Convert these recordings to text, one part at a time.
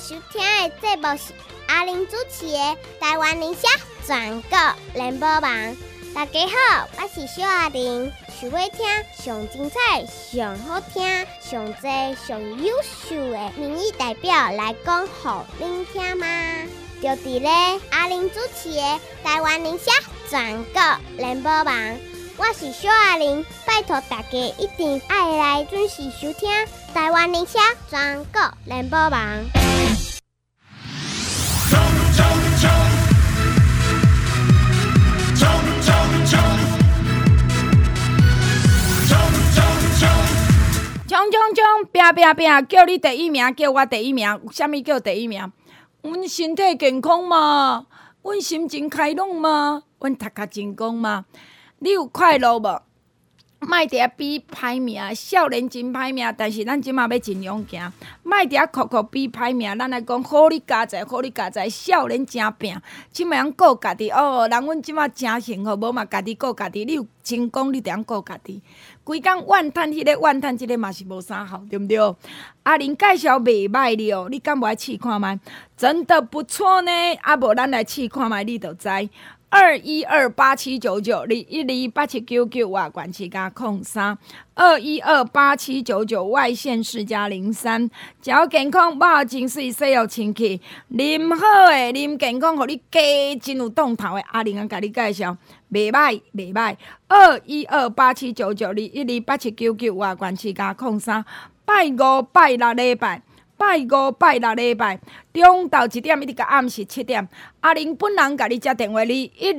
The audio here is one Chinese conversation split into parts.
收听的节目是阿玲主持的《台湾人社全国联播网》。大家好，我是小阿玲，想要听上精彩、上好听、上多、上优秀的民意代表来讲给您听吗？就伫咧阿玲主持的《台湾人社全国联播网》。我是小阿玲，拜托大家一定要来准时收听台湾人社全国联播网。 冲冲冲！冲冲冲！冲冲冲！ 冲冲冲！拼拼拼！叫你第一名，叫我第一名。有啥物叫第一名？阮身体健康嘛？阮心情开朗嘛？阮读甲成功嘛？你有快乐无？莫伫遐比歹命，少年真歹命，但是咱即马要尽量行。莫伫遐哭哭比歹命，咱来讲好你家财，好你家财，少年真拼，即马通顾家己哦。人阮即马真幸福，无嘛家己顾家己。你有成功，你着通顾家己。规工怨叹迄个怨叹即个嘛是无啥好，对毋对？阿玲介绍袂歹哩哦，你敢无爱试看觅？真的不错呢，啊无咱来试看觅，你就知。212879921287999外管市加03，2128799外县市加03。食健康，饱真水，洗浴清气，啉好诶，啉健康，互你加真有动头诶。阿玲啊，甲你介绍，袂歹袂歹。212879921287999外管市加03，拜五拜六礼拜。拜五拜六礼拜，中昼1点一直到暗时7点，阿玲本人甲你接电话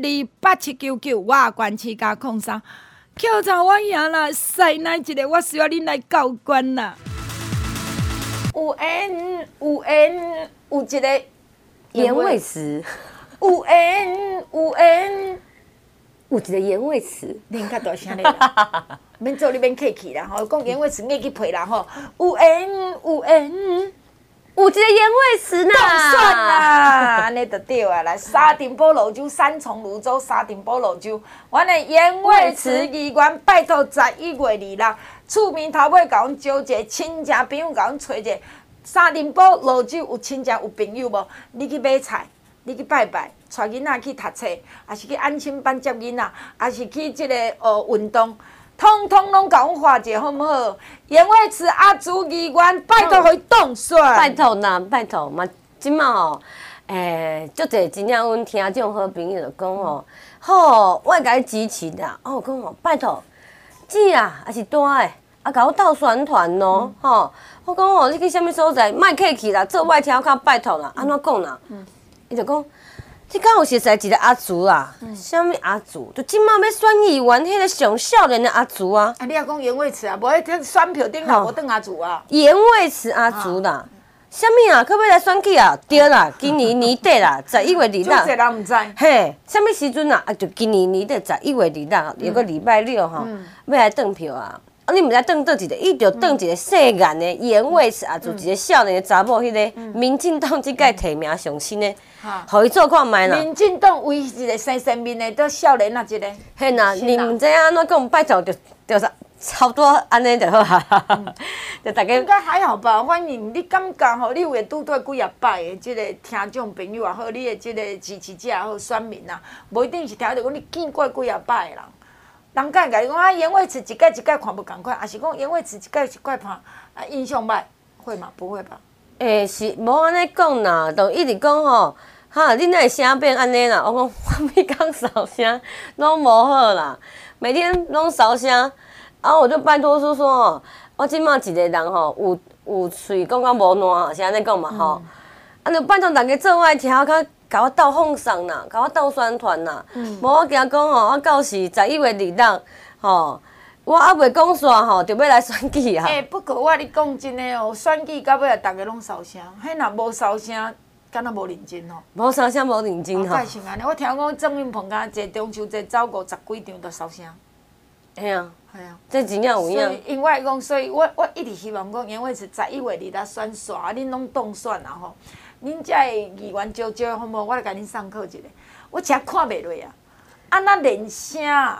，2128799，我关市加03。口罩我赢啦，塞奶一个，我需要恁来教官啦。有缘有缘，有一个盐味词， 有缘有缘， 有一个盐味词， 恁较大声咧。免做你免客气啦吼，讲盐味词硬去配啦吼。有缘有缘， 有一个盐味词呢。 当算啦，安尼就对啊。来，沙丁菠萝酒，三重泸州沙丁菠萝酒，阮的盐味词议员拜托11月26，厝面头尾甲阮招一个亲戚朋友，甲阮找一个沙丁菠萝酒有亲戚有朋友无？你去买菜。你去拜拜，带囡仔去读册，还是去安亲班接囡仔，还是去即个运动，通通拢甲阮画者好毋好？盐味词阿朱议员，拜托互伊当选。 拜托啦，拜托嘛，即马吼，足侪真正阮听众好朋友就讲吼，好，我会甲你支持啦。哦，讲吼，拜托，姊啊，还是大诶，啊，甲我斗宣传咯，吼。我讲吼，你去啥物所在，莫客气啦，做我听较拜托啦，安怎讲啦？伊就讲，即敢有熟悉一个阿竹啦，啥物阿竹？就即马要选议员，迄个上少年的阿竹啊。 啊，你也讲盐味词啊，无迄选票顶头无当阿祖啊。 盐味词阿竹啦，啥物啊？可要来选举啊？对啦，今年年底啦，11月26。 真侪人毋知。 嘿，啥物时阵啊？啊，就今年年底11月26，有个礼拜六吼，要来登票啊。啊，你毋知登倒一个，伊就登一个细眼的盐味词阿竹，一个少年的查某，迄个民进党即届提名上新的。互伊做看卖啦。 民进党唯一个生生面的，都少年啊，一个。 嘿呐，你毋知影安怎讲，拜托就差不多安尼就好啊。就大家应该还好吧？反正你感觉吼，你会拄对几啊摆的即个听众朋友也好，你的即个支持者也好，选民啊，无一定是听到讲你见过几啊摆的人。人敢会甲你讲啊，盐味词一届一届看无共款，还是讲盐味词一届一届看啊印象歹，会吗？不会吧？ 是无安尼讲啦，就一直讲吼。哈，恁哪会声变安尼啦？我讲我每工烧声拢无好啦，每天拢烧声。啊，我就拜托说吼，我即马一个人吼，有喙讲无烂，是安尼讲嘛吼。啊，就拜托大家做我的听，甲我斗奉送啦，甲我斗宣传啦。无我惊讲吼，我到时11月26吼，我还袂讲煞吼，就要来选举啊。 不过我你讲真诶哦，选举到尾啊，大家拢烧声，迄若无烧声。敢若无认真哦， 无烧声无认真吼。 介是安尼，我听讲郑运鹏甲坐中秋节走50几场都烧声。 嘿啊， 系啊， 这真正有影。 因为讲，所以我一直希望讲，因为是11月26选线，啊，恁拢当选啊吼。恁遮的议员招好无？我来甲恁上课一下。我真看袂落啊，安那练声，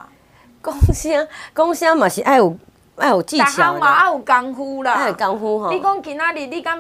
讲声嘛是爱有技巧逐项嘛爱有功夫啦。 爱有功夫吼。 你讲今仔日你敢？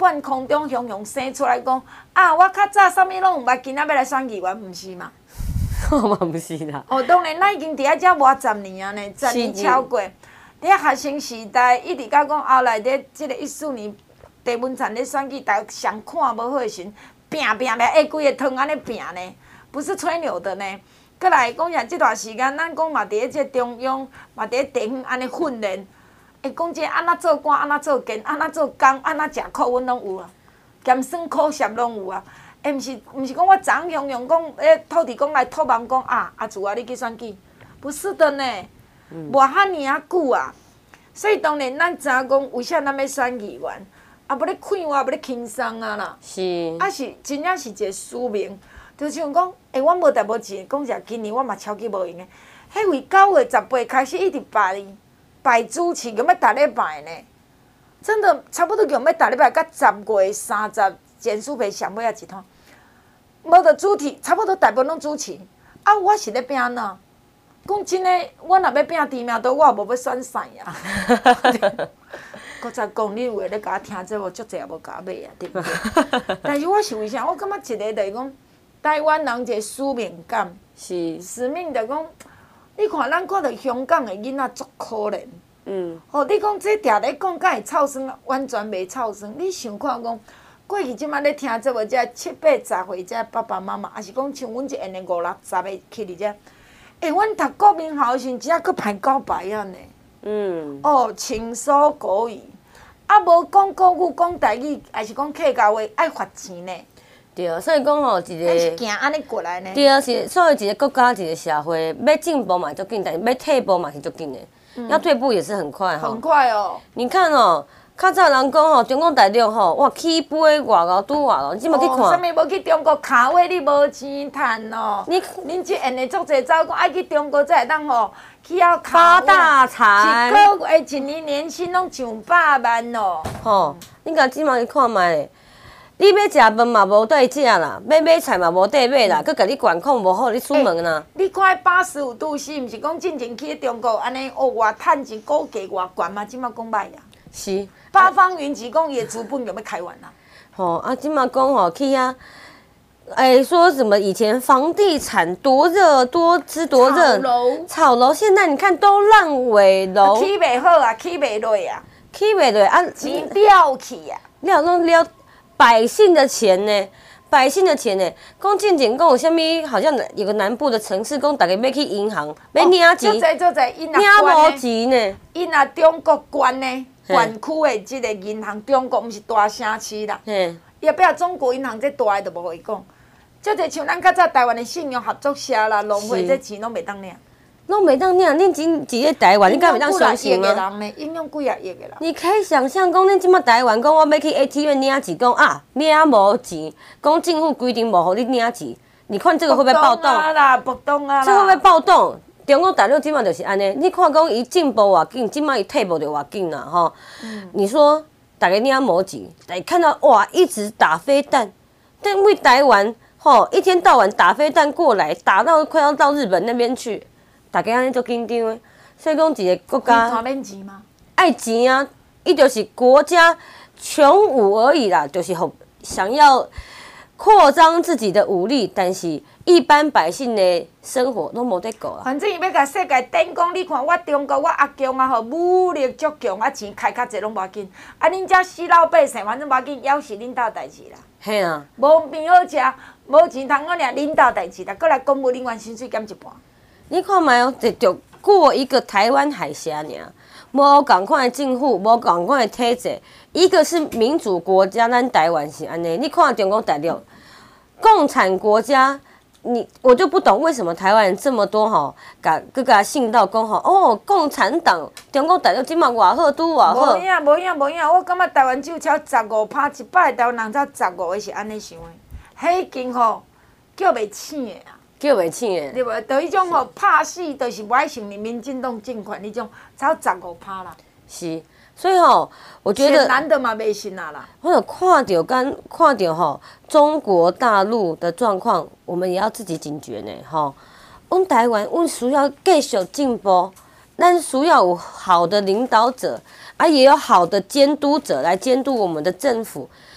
半空中雄雄生出来讲啊，我较早啥物拢有捌，今仔要来选议员，毋是嘛？ 我嘛不是啦。 哦，当然，咱已经伫遐遮偌10年啊呢，10年超过。伫遐学生时代，一直到讲后来伫即个14年，地文产咧选举，大家上看无好诶时，拼，下规个汤安尼拼呢，不是吹牛的呢。过来讲像即段时间，咱讲嘛伫咧即中央，嘛伫咧地方安尼训练，会讲即安怎做官，安怎做建，安怎做工，安怎食苦，阮拢有啊，咸酸苦涩拢有啊。毋是讲我昨雄雄讲，土地公来托梦讲啊，阿祖啊，你去选举，不是的呢，无遐尔啊久啊。所以当然，咱知影讲为啥咱要选议员，啊，无咧快活，无咧轻松啊啦。 是。 啊是，真正是一个使命，就像讲，我无代无志，讲实今年我嘛超级无用诶。迄位9月18开始一直摆主持，用要逐礼拜呢，真的差不多用要逐礼拜，到10月30简书费上尾啊一趟。无着主题，差不多大部分拢主持。啊，我是咧拼哪？讲真诶，我若要拼知名度，我也无要选啥啊。搁再讲，你有诶咧甲我听这无，足济也无甲我买啊，对不对？但是我是为啥？我感觉一个就是讲，台湾人一个使命感。 是。 使命就讲，你看咱看到香港诶囡仔足可怜。哦，你讲这定咧讲，敢会臭酸？完全袂臭酸。你想看讲？过去即摆咧听这无，遮7、8、10岁遮爸爸妈妈，也是讲像阮一下呢5、6、10个去伫遮。阮读国民校时，只佫排高白啊呢。哦，轻疏国语，啊无讲国语、讲台语，还是讲客家话，爱罚钱呢。 对，所以讲吼，一个。 是行安尼过来呢。 对，是所以一个国家、一个社会要进步嘛足紧，但是要退步嘛是足紧的。要退步也是很快哈。 很快哦。 你看哦。较早人讲吼，中国大陆吼，哇起飞偌高拄偌咯，即马去看。 啥物无去中国卡位，你无钱趁哦。恁即下的足侪走讲爱去中国才会当吼，去遐发大财。 一个月一年年薪拢上100万哦。 吼，你甲即马去看卖，你要食饭嘛无地食啦，要买菜嘛无地买啦，佮甲你管控无好，你出门啦。 你看85度 C， 毋是讲进前去中国安尼哦，偌趁钱股价偌悬嘛，即马讲歹啊。 是。 八方云集讲也资本有要开完啦。 吼啊，即马讲吼去遐，说什么以前房地产多热多热，炒楼现在你看都烂尾楼， 起袂好啊，起袂落啊， 起袂落啊， 钱了去啊， 了百姓的钱呢。百姓的钱呢？讲进前讲有啥物？好像有个南部的城市，讲大家要去银行要领钱，领无钱呢。 因若中国关呢，县区的即个银行，中国毋是大城市啦。也不要中国银行这大的都无互伊讲，足侪像咱较早台湾的信用合作社啦、农会这钱拢袂当领。 拢袂当领，恁钱伫咧台湾，你敢袂当相信吗？ 影响几啊亿个人。 你可以想象，讲恁即马台湾，讲我要去 ATM 领钱，讲啊领无钱，讲政府规定无互你领钱，你看这个会不会暴动？ 暴动啊！ 这会不会暴动？中国大陆即马就是安尼，你看讲伊进步偌紧，即马伊退步就偌紧啦吼。你说大家领无钱，大家看到哇一直打飞弹，但为台湾吼一天到晚打飞弹过来，打到快要到日本那边去。大家安尼足紧张的，所以讲一个国家免钱吗？ 爱钱啊，伊就是国家穷武而已啦，就是想要扩张自己的武力，但是一般百姓的生活都无得顾啦。 反正伊要甲世界展讲，你看我中国我阿强啊吼，武力足强啊，钱开较济拢无要紧。啊，恁遮死老百姓反正无要紧，要是恁兜代志啦。 嘿啊， 无面好食，无钱通好尔，恁兜代志啦。过来公务人员薪水减一半。 你看卖哦，就过一个台湾海峡尔，无共款的政府，无共款的体制。一个是民主国家，咱台湾是安尼。你看中国大陆，共产国家，我就不懂为什么台湾人这么多吼，甲信到讲吼，哦，共产党，中国大陆即马偌好，拄偌好。 无影，我感觉台湾只有超15%，一百个台湾人才15个是安尼想的，迄已经吼叫袂醒的啊。 叫袂醒的， 对无？就迄种吼拍死，就是无爱承认民进党政权迄种，才有15%啦。 是，所以吼，我觉得男的嘛袂信啊啦。 或者看到吼中国大陆的状况，我们也要自己警觉呢。吼，阮台湾，阮需要继续进步，咱需要有好的领导者，啊，也有好的监督者来监督我们的政府。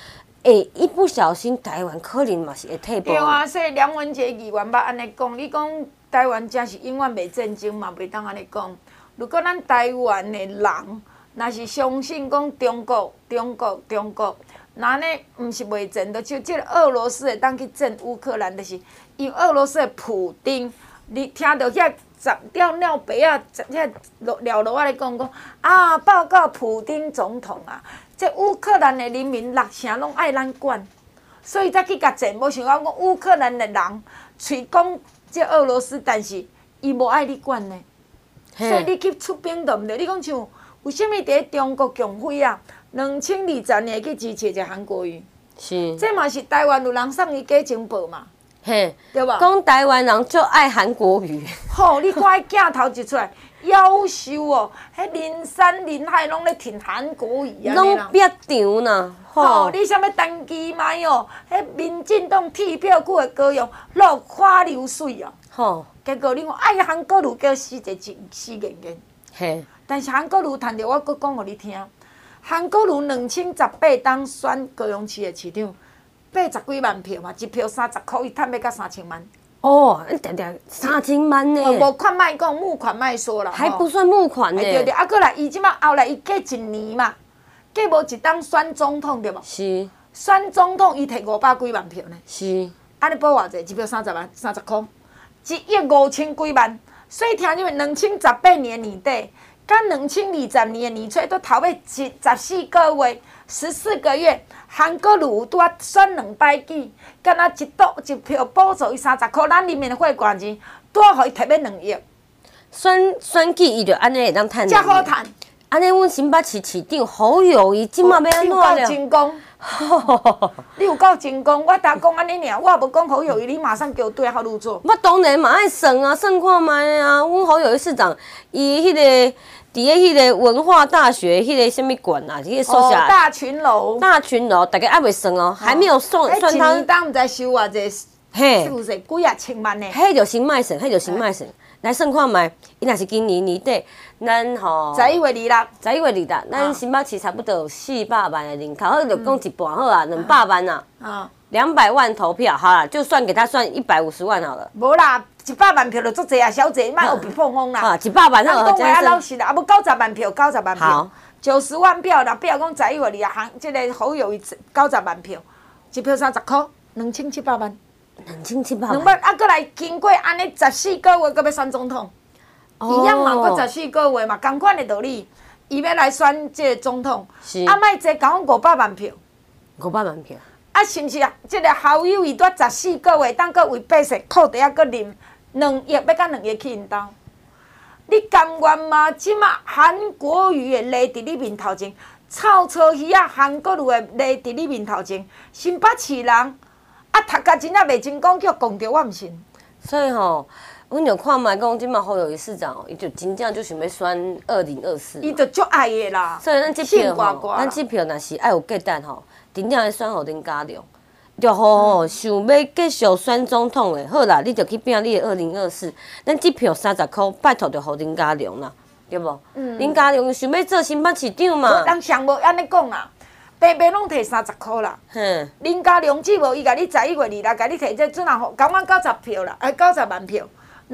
一不小心台湾可能嘛是会退步。 对啊，所以梁文杰议员捌安尼讲，你讲台湾真是永远袂战争嘛，袂当安尼讲。如果咱台湾的人若是相信讲中国，那呢毋是袂战，就即个俄罗斯会当去战乌克兰，就是因俄罗斯的普丁，你听到遐尿白啊，遐廖罗啊咧讲啊，报告普丁总统啊，这乌克兰的人民6成拢爱咱管，所以才去甲战。无想到讲乌克兰的人喙讲这俄罗斯，但是伊无爱你管呢。所以你去出兵都毋对。你讲像为什么伫中国共匪啊，2020年去支持一个韩国瑜？ 是。 这嘛是台湾有人送伊假情报嘛？ 嘿， 对吧？ 讲台湾人就爱韩国瑜。 吼，你看伊镜头一出来，夭寿哦，迄人山人海拢咧挺韩国瑜啊， 拢逼场呢。 吼，你啥物陈其迈哦，迄民进党铁票区的高雄落花流水哦。 吼。 结果你看，爱韩国瑜叫死严。 嘿。 但是韩国瑜趁着我搁讲互你听，韩国瑜2018当选高雄市的市长，80几万票嘛，一票30块，伊趁要到3000万。 哦，你定定3000万呢？ 募款莫讲，募款莫说啦。 还不算募款呢。 对对，啊，过来，伊即摆后来伊隔1年嘛，隔无一当选总统对无？ 是。 选总统伊摕500几万票呢。 是。 安尼报偌济？一票30万，30块，1亿5000几万。所以听入2018年年底，甲2020年的年初，都头尾14个月，14个月，韩国瑜拄啊选2摆几，敢若一票补助伊30块，咱人民的会馆钱，拄啊互伊摕要2亿。 选举伊就安尼会当趁。 遮好趁。 安尼，阮新北市市长侯友宜即马要安怎了？ 你有够成功，你有够成功！我搭讲安尼尔，我也无讲侯友宜，你马上给我对号入座。 我当然嘛爱算啊，算看卖啊。阮侯友宜市长，伊迄个伫迄个文化大学迄个什么馆啊，迄个宿舍。 大群楼。大群楼，大家还未算哦，还没有算他。 一年当毋知收偌济，是不是几啊千万呢？ 迄就先卖算，迄就先卖算。来算看卖，伊若是今年年底，咱吼 11月 26，咱新北市差不多有400万的人口，好就讲一半好啊，200万啊，200万投票，好啦，就算给他算150万好了。 无啦，100万票就足济啊，小姐，莫有比碰风啦。 啊，100万好， 讲话啊老实啦，啊无90万票，90万票，90万票啦，比如讲11月2日，即个侯友宜90万票，一票30块，2700万。 2700万。 2万啊，搁来经过安尼14个月，搁要选总统，一样嘛，搁14个月嘛，同款的道理。伊要来选这个总统，啊，莫坐讲500万票。 500万票。 啊，是毋是啊？即个侯友宜伫14个月，当搁为百姓扣地啊，搁啉2亿，要到2亿去因兜。你甘愿吗？即马韩国瑜的勒伫你面头前，臭臭鱼啊！韩国瑜的勒伫你面头前，新北市人。啊，读甲真正袂成功，叫讲着我毋信。 所以吼，阮就看卖讲，即马侯友宜市长，伊就真正就想要选2024。 伊就足爱的啦。 所以咱即票吼，咱即票若是爱有价值吼，真正要选互林佳龙。就吼，想要继续选总统的，好啦，你就去拼你的2024。咱即票30块，拜托就互林佳龙啦，对无？林佳龙想要做新北市长嘛？ 人上无安尼讲啦。白白拢摕30块啦，林佳龙只无伊甲你11月2日甲你摕这阵啊，共我90票啦，90万票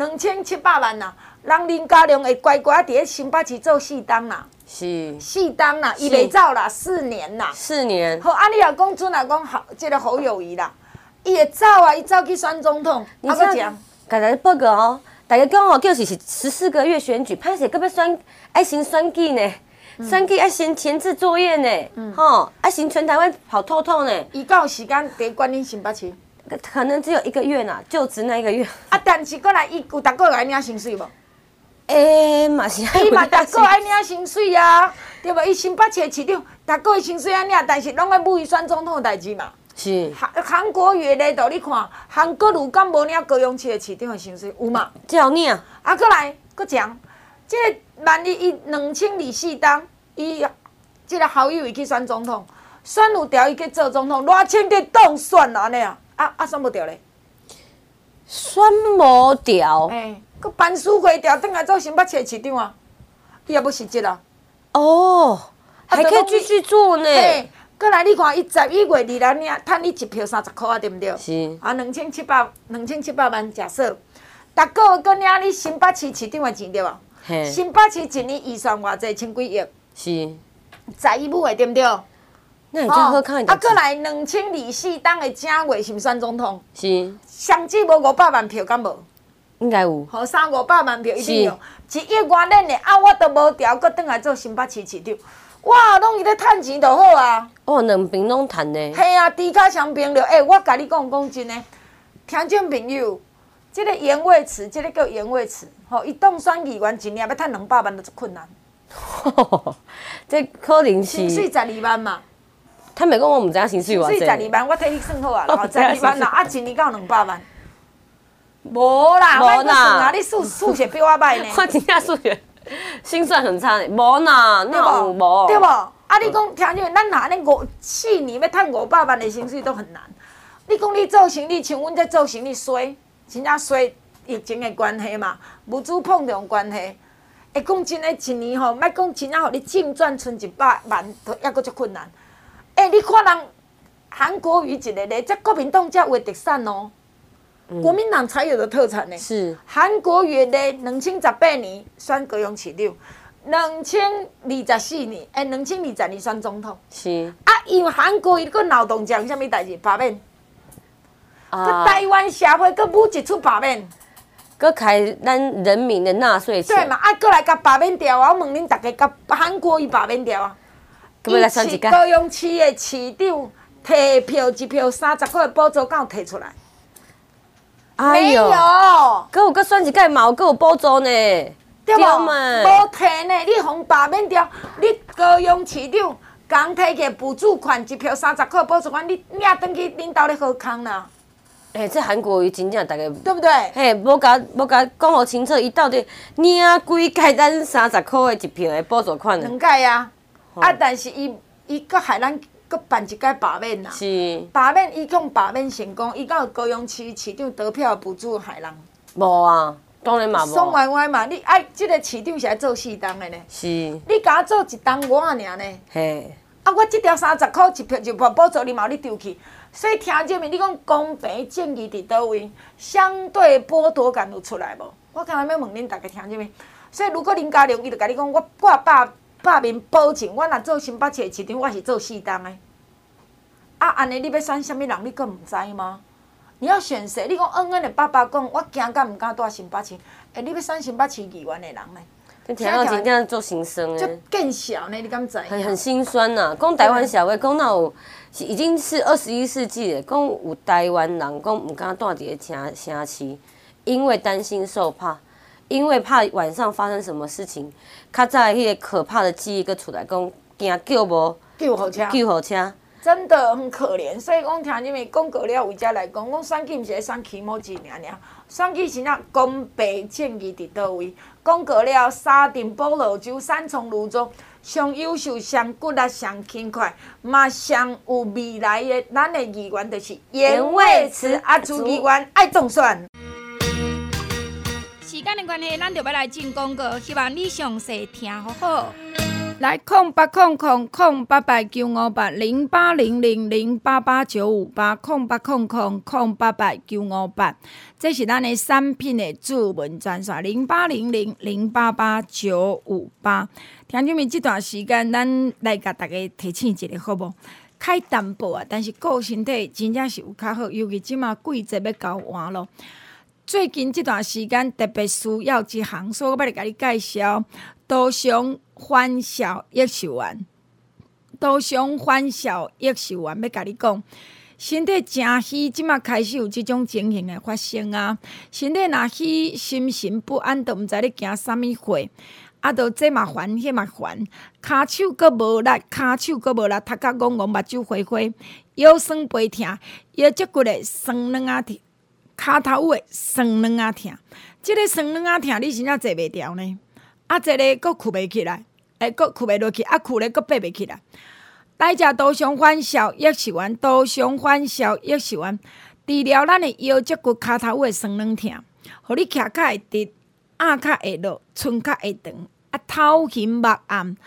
，2700万啦。人林佳龙会乖乖伫咧新北市做4当啦，是4当啦，伊袂走啦，4年啦 ，4年。 好，啊你若讲阵啊讲好，即个侯友宜啦，伊会走啊，伊走去选总统，啊要讲， 甲大家报告哦，大家讲哦，就是14个月选举，歹势搁要选，爱先选举呢。选举要先前置作业呢，吼，要先全台湾跑透透呢。 伊有时间伫管理新北市， 可能只有1个月呐，就职那1个月。 啊，但是过来伊有逐个月爱领薪水无？ 嘛是。 伊嘛逐个爱领薪水啊，对无？伊新北市的市长逐个月薪水爱领，但是拢爱母伊选总统的代志嘛。 是。 韩国瑜的内道你看，韩国瑜敢无领高雄市的市长的薪水有嘛？ 只有领。 啊，过来，搁讲，即个万一伊2024当。伊即个侯友宜去选总统，选有调伊去做总统，偌千个当选安尼啊？选无调咧？ 选无调。 佮办事会调转来做新北市市长啊？伊也要辞职啊？ 哦，还可以继续做呢。 过来你看，伊11月2日趁你一票30箍啊，对毋对？ 是。 啊，2700万假设，逐个月搁领你新北市市长的钱对无？ 嘿。 新北市一年预算偌济，千几亿。 是。 11母的对毋对？ 那会真好看一点。 啊，过来2024当的正月是毋选总统？ 是。 上至无500万票，敢无？ 应该有。 好，300-500万票一定有。1亿外恁的，啊，我都无调，搁转来做新北市市长。哇，拢伊咧趁钱就好啊！ 哦，两边拢趁呢。 嘿啊，猪脚相平了。我甲你讲真诶，听众朋友，即个盐味池，即个叫盐味池，吼，伊当选议员一年要趁200万都足困难。 这可能是。 薪水12万嘛。 坦白讲，我毋知影薪水偌济。 薪水12万，我替你算好啊，然后12万啦，啊，一年到200万。无啦，莫算啊！你数学比我歹呢。 我真正数学。心算很差呢，无呐，那有无？ 对无？啊，你讲听见咱拿那4年要趁500万的薪水都很难。你讲你做生意，像阮这做生意衰，真正衰，疫情的关系嘛，物资膨胀关系。会讲真诶，一年吼，莫讲真正互你净赚剩100万，都抑阁足困难。你看人韩国瑜一个咧，这国民党才有特产哦。国民党才有的特产呢。 是。 韩国瑜咧，2018年选高雄市长，2024年，2020年选总统。 是。 啊，因为韩国瑜佫劳动奖，啥物代志罢免？佫台湾社会佫舞一出罢免。 佫开咱人民的纳税钱。 对嘛？啊，佫来甲罢免掉啊！我问恁大家，甲韩国瑜罢免掉啊！ 佫要来选一届。 高雄市的市长摕票一票30块补助，敢有摕出来？没有， 搁有搁选一届嘛，有搁有补助呢， 对嘛？无摕呢，你互罢免掉，你高雄市长刚摕起补助款一票30块补助款，你领转去恁兜咧好康啦。 这韩国瑜真正大家对不对？ 嘿，无甲讲互清楚，伊到底领几届咱30块的一票的补助款 ？2届啊，啊，但是伊搁害咱。搁办一届罢免啦， 是罢免，伊讲罢免成功，伊到高雄市市长得票补助害人。 无啊，当然嘛无。 爽歪歪嘛，你即个市长是爱做4档的呢。 是。 你甲我做1档我尔呢？ 嘿。 啊，我即条30块一票补助你嘛，你丢去。所以听这面你讲公平正义伫倒位，相对剥夺感有出来无？我刚才要问恁大家听这面。所以如果林佳龙伊就甲你讲，我百面保证，我若做新北市的市长，我是做4档的。啊，安尼你要选什么人，你佫毋知吗？你要选谁？你讲恩恩的爸爸讲，我惊敢毋敢住新北市？你要选新北市议员的人呢？ 你听到真正做心酸就更小呢，你敢知？ 很心酸呐！讲台湾社会，讲哪有已经是21世纪了，讲有台湾人讲毋敢住伫个城市，因为担心受怕。因为怕晚上发生什么事情，较早迄个可怕的记忆佫出来，讲惊叫无救护车， 救护车真的很可怜。所以讲听你们讲过了，为遮来讲，讲选举毋是咧选起某一尔，选举是哪公平正义伫倒位。讲过了，沙丁保罗州、三重泸州上优秀、上骨力、上轻快，嘛上有未来的咱的议员就是严伟慈阿朱议员爱当选。 时间的关系，咱就要来进广告，希望你详细听好好。 来0800-088958，0800-088958，这是咱的产品的主文专线0800-088958。听众们，这段时间咱来甲大家提醒一下，好无？开淡薄啊，但是顾身体真正是有较好，尤其即马季节要到完咯。最近这段时间特别需要一项，所以我要来甲你介绍多重欢笑益寿丸。多重欢笑益寿丸要甲你讲，身体真虚，即马开始有即种情形的发生啊！身体若虚，心神不安，都毋知咧行啥物货，啊，都这嘛烦，迄嘛烦，骹手阁无力，头壳戆戆，目睭花花，腰酸背痛，腰脊骨的酸软啊疼。骹头尾酸软啊疼，即个酸软啊疼，你真正坐袂牢呢。啊，坐咧佫跍袂起来，佫跍袂落去，啊，跍咧佫爬袂起来。来食多重欢笑益寿丸，多重欢笑益寿丸，治疗咱的腰脊骨、骹头尾酸软疼，互你徛较会直，压较会落，寸较会长，啊，头晕目暗，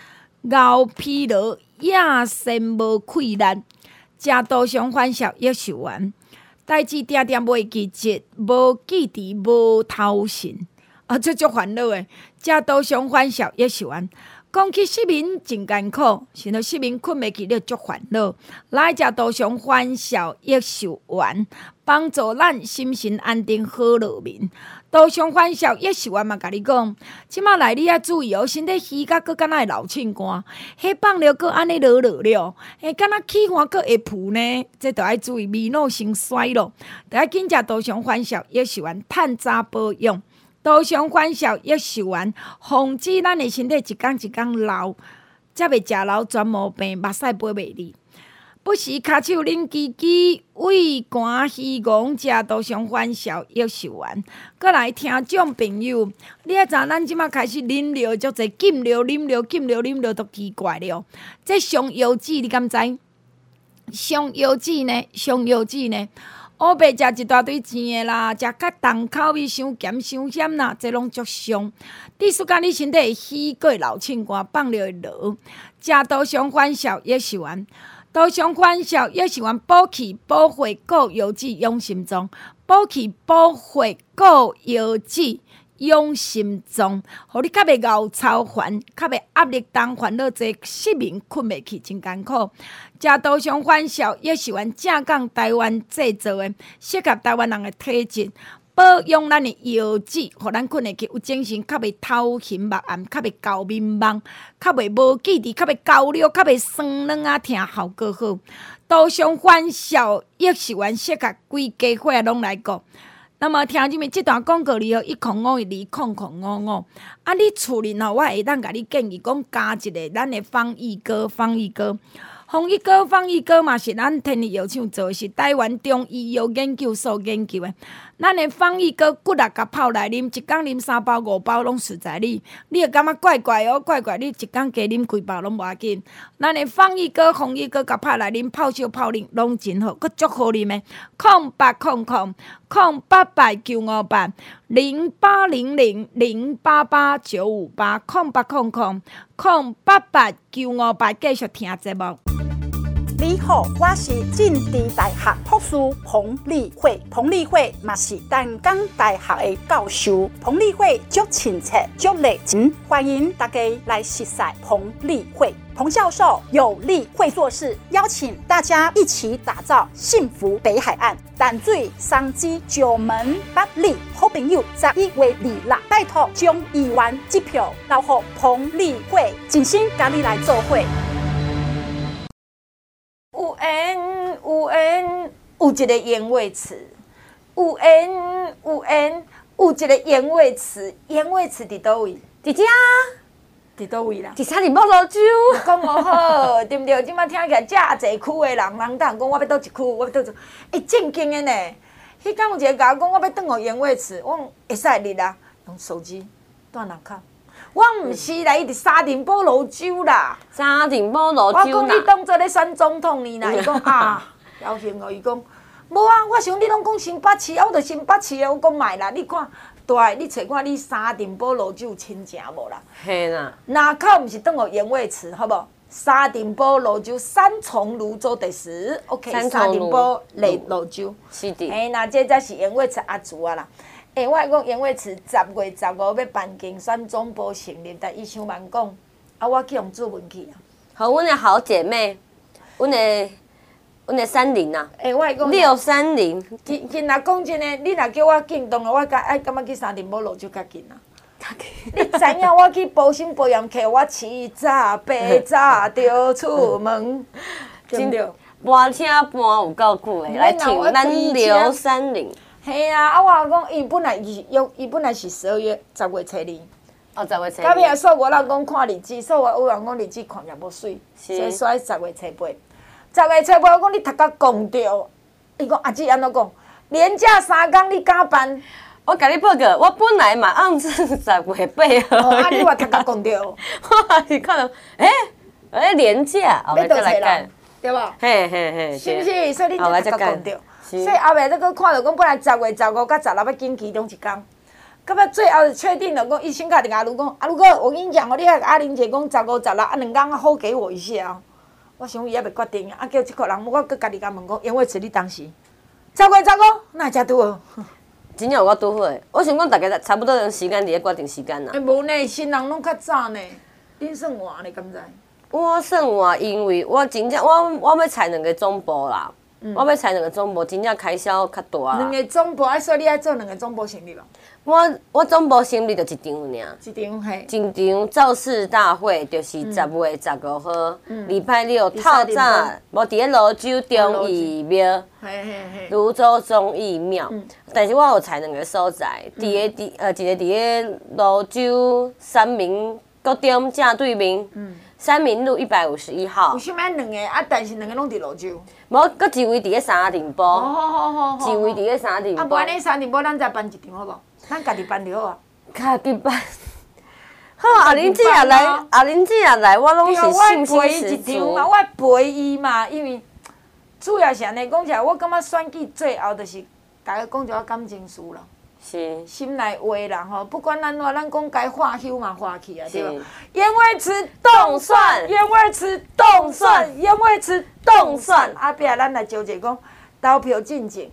熬疲劳，野身无溃烂，食多伤欢笑益寿丸。代志定定袂记节，无记忆无头神。这足烦恼诶！食多伤欢笑益寿丸。讲起失眠真艰苦，想到失眠困袂去，你足烦恼。来食多伤欢笑益寿丸，帮助咱心神安定，好入眠。多伤欢笑益寿丸嘛，甲你讲，即马来你要注意哦，身体虚甲佫敢若会流凊汗，迄放了佫安尼落了，敢若气汗佫会浮呢，这着爱注意，面脑先衰咯，着爱紧食多伤欢笑益寿丸，趁早保养。多伤欢笑益寿丸，防止咱的身体一天一天老，才袂食老全毛病，目屎飞袂离。不时骹手啉支支，胃寒虚戆，食多伤欢笑益寿丸。过来听众朋友，你也知咱即马开始啉料足侪，禁料、啉料、禁料、啉料都奇怪了。这伤腰子，你敢知？伤腰子呢？伤腰子呢？乌白食一大堆钱的啦，食较重口味、伤咸、伤咸啦，这拢足伤。第四间你身体会虚，佫会流凊汗，放了会落。食多伤欢笑益寿丸，多伤欢笑益寿丸补气、补血、固腰子、养心脏，补气、补血、固腰子。养心脏，互你较袂熬操烦，较袂压力重、烦恼侪，失眠困袂去，真艰苦。食多伤欢笑益寿丸，正港台湾制造的，适合台湾人的体质，保养咱的腰子，互咱困会去有精神，较袂头晕目暗，较袂高眠梦，较袂无记忆，较袂高尿，较袂酸软啊疼，效果好。多伤欢笑益寿丸，适合规家伙拢来顾。那么听入面这段广告里105120055，你厝里我会当甲你建议讲加一个咱的防疫膏，防疫膏嘛是咱天然药厂做的，是台湾中医药研究所研究的。咱的防疫膏骨力甲泡来啉，一天啉3包5包拢实在你会感觉怪怪哦，怪怪，你一天加啉几包拢无要紧。咱的防疫膏甲泡来啉，泡烧泡啉拢真好，佫足好啉的。0800-088-958，0800-088-958，0800-958，继续听节目。 你好，我是政治大学博士彭丽慧。彭丽慧嘛是淡江大学的教授。彭丽慧足亲切、足热情，欢迎大家来识识彭丽慧。彭教授有力会做事，邀请大家一起打造幸福北海岸。淡水商机九门八里，好朋友11月26，拜托将议员支票留给彭丽慧，真心甲你来做伙。 有一个言话词，有一个言话词，言话词伫倒位？ 伫遮， 伫倒位啦？ 伫差点无落酒。 讲无好，对毋对？即摆听起来遮侪区的人当讲我要倒一区，我要倒一，正经的呢。迄天有一个甲我讲，我要转互言话词，我讲会使入啦，用手机断脑壳。我毋是来伫沙丁堡落酒啦， 沙丁堡落酒啦。 我讲你当作咧选总统呢啦，伊讲啊，高兴哦，伊讲无啊，我想你拢讲新北市，我著新北市的，我讲卖啦，你看大，你找看你沙丁堡落酒亲情无啦？ 嘿啦， 那靠毋是当互言话词，好无？沙丁堡落酒三重泸州第10 ，OK， 沙丁堡落酒， 是的。 那这才是言话词阿祖啊啦。我会讲言话词10月15要办竞选总部成立，但伊想慢讲，我去用注文去啊。 和阮的好姐妹，阮的30啊， 我会讲 630。 今若讲真诶，你若叫我紧动我感觉去沙丁堡落就较紧啊。你知影我去保心保养客，我起早八早就出门，对不对？ 搬车搬有够久诶，来听咱630。 嘿啊！我讲伊本来是12月10月初2。 哦，10月初2。 到尾数学人讲看日子，数学有人讲日子看也无水，所以选10月初8。10月初8，我讲你头壳讲着，伊讲阿姊安怎讲？连假3天你敢办？ 我甲你报告，我本来嘛按是10月8号。 啊，你话头壳讲着？ 我是看到，连假，后尾再来干， 对吧？ 嘿嘿嘿， 是不是？所以你头壳讲着。所以后尾再搁看到讲，本来10月15到16要紧其中一天， 到尾最后确定了，讲医生甲定阿卢讲，阿卢哥，我跟你讲哦，你甲阿玲姐讲15、16，2天好给我一下哦。我想伊还袂决定啊，叫即个人，我搁家己甲问讲，袁伟慈，你当时15，哪会遮拄好？ 真正有我拄好诶，我想讲大家差不多用时间伫咧决定时间啦。 无呢，新人拢较早呢，恁算晚呢，敢知？ 我算晚，因为我真正我要采2个总部啦，我要采2个总部，真正开销较大啦。 2个总部，所以你爱做2个总部成立咯？ 我总部成立就1场尔。 一场嘿。 一场造势大会就是10月15号，礼拜六透早，无伫咧泸州忠义庙，泸州忠义庙。但是我有采2个所在，一个伫咧泸州三民国中正对面。三民路151号。 为什么2个啊？但是2个拢伫泸州。 无，搁一位伫咧三重埔。 好。 一位伫咧三重埔。 啊，无安尼三重埔咱再办一场好无？咱家己办就好啊。 家己办。好，阿玲姐也来，我拢是信心十足。 我陪伊嘛，因为主要是安尼讲起来，我感觉选举最后就是大家讲一个感情事咯。 是。 心内话啦吼，不管咱怎，咱讲该化休嘛化去啊，对吧？袁伟慈动算，袁伟慈动算，袁伟慈动算。后壁咱来招一讲投票进前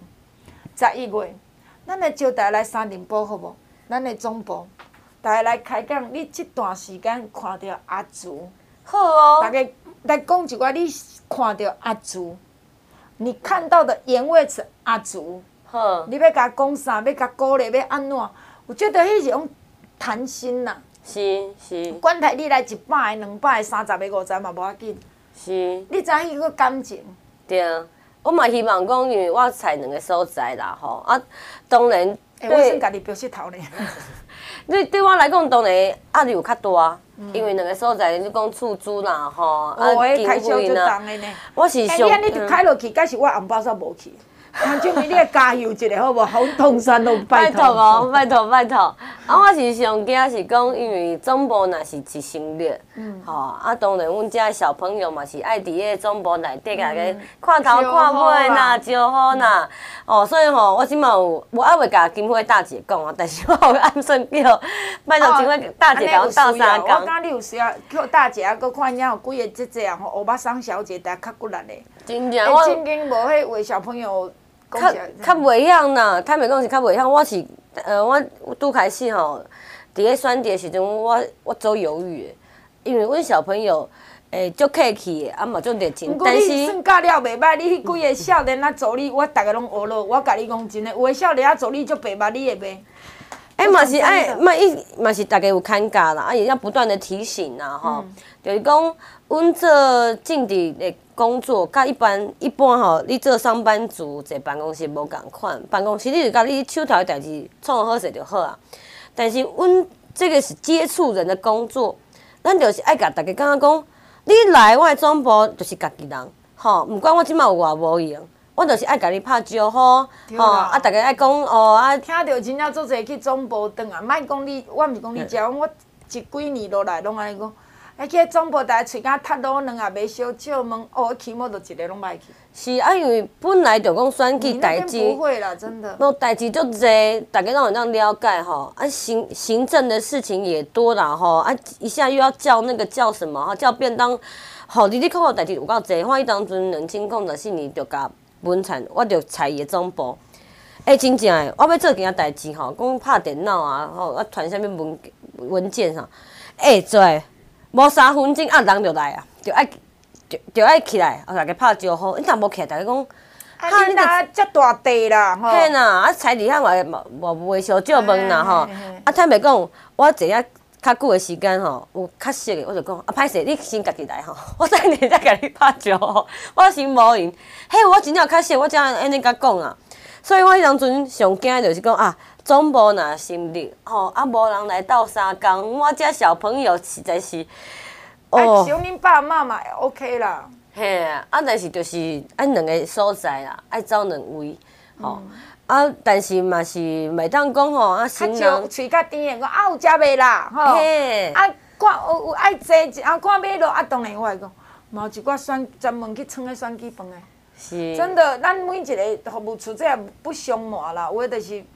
11月，咱来招大家来三重埔好无？咱的总部，大家来开讲。你这段时间看到阿竹， 好哦。 大家来讲一寡，你看到阿竹，你看到的袁伟慈阿竹。 好， 你要甲讲啥？要甲鼓励，要安怎？我觉得迄是种谈心啦。 是。 管他你来100个、200个、30个、50个嘛无要紧。 是。 你知迄个感情？ 对，我嘛希望讲，因为我采2个所在啦，吼啊，当然。 我算家己标舌头呢。 对我来讲，当然压力有较大，因为2个所在，你讲厝租啦，吼，啊，经费啦，我是想， 你安尼开落去，假是我红包煞无去。证明你来加油一下好无？好通山都拜托哦，拜托。啊，我是上惊是讲，因为总部若是一成立，吼，啊，当然阮遮小朋友嘛是爱伫咧总部内底甲个看头看尾啦，招好啦，哦，所以吼，我即马有，我还未甲金花大姐讲啊，但是我有暗算叫，拜托金花大姐甲我斗相共。 我讲你有需要叫大姐啊，搁看遐有几个姐姐啊，吼，欧巴桑小姐，大家较骨力的。 真正，我正经无迄为小朋友。 较袂晓啦，坦白讲是较袂晓。我是我拄开始吼，伫咧选择时阵，我做犹豫的，因为阮小朋友足客气的，啊嘛足热情。 但是你算教了袂歹，你迄几个少年仔做你，我逐个拢学落。我甲你讲真诶，有诶少年仔做你足白目，你会袂？ 嘛是爱，嘛是大家有看家啦，啊也要不断的提醒啦，吼，就是讲阮做政治的工作，甲一般吼，你做上班族坐办公室无共款，办公室你就甲你手头的代志创好势就好啊。但是阮这个是接触人的工作，咱就是爱甲大家感觉讲，你来我的总部就是家己人，吼，毋管我即摆有偌无用。我就是爱甲你拍招呼，吼，啊，大家爱讲哦，啊， 听到真正做侪去总部转啊，莫讲你，我毋是讲你遮，我一几年落来拢安尼讲，去总部大家喙甲踢落，两也袂小少问，哦，起码就一个拢莫去。 是啊，因为本来就讲选举代志， 不会啦，真的。 无代志足侪，大家拢有当了解吼，啊，行政的事情也多啦吼，啊，一下又要叫那个叫什么哈，叫便当，吼，哩哩扣扣代志有够侪，我迄当阵2004年就甲。文产，我着采伊个总部，真正诶，我要做件代志吼，讲拍电脑啊，吼，啊传啥物文件啥，做，无3分钟啊人就来啊，就爱起来，大家拍招呼，你若无起来，大家讲， 哈，你若遮大地啦，吼， 嘿啦，啊彩礼遐袂小少问啦吼，啊坦白讲，我坐遐较久的时间吼，有较熟的，我就讲啊，歹势，你先家己来吼，我等下再甲你拍招呼，我先无闲。嘿，我真正较熟，我才安尼甲讲啊。所以我迄当阵上惊的就是讲啊，总部若成立吼，啊无人来斗相共，我遮小朋友实在是， 哦，像恁爸妈嘛 OK 啦。 嘿，啊，但是就是按2个所在啦，爱走2位，吼。啊，但是嘛是袂当讲吼，啊新人喙较甜的讲啊有食袂啦，吼，啊看有爱坐啊看买落啊，当然我会讲，嘛有一寡专门去创个选举饭的， 是， 真的，咱每一个服务处这也不相瞒啦，有的就是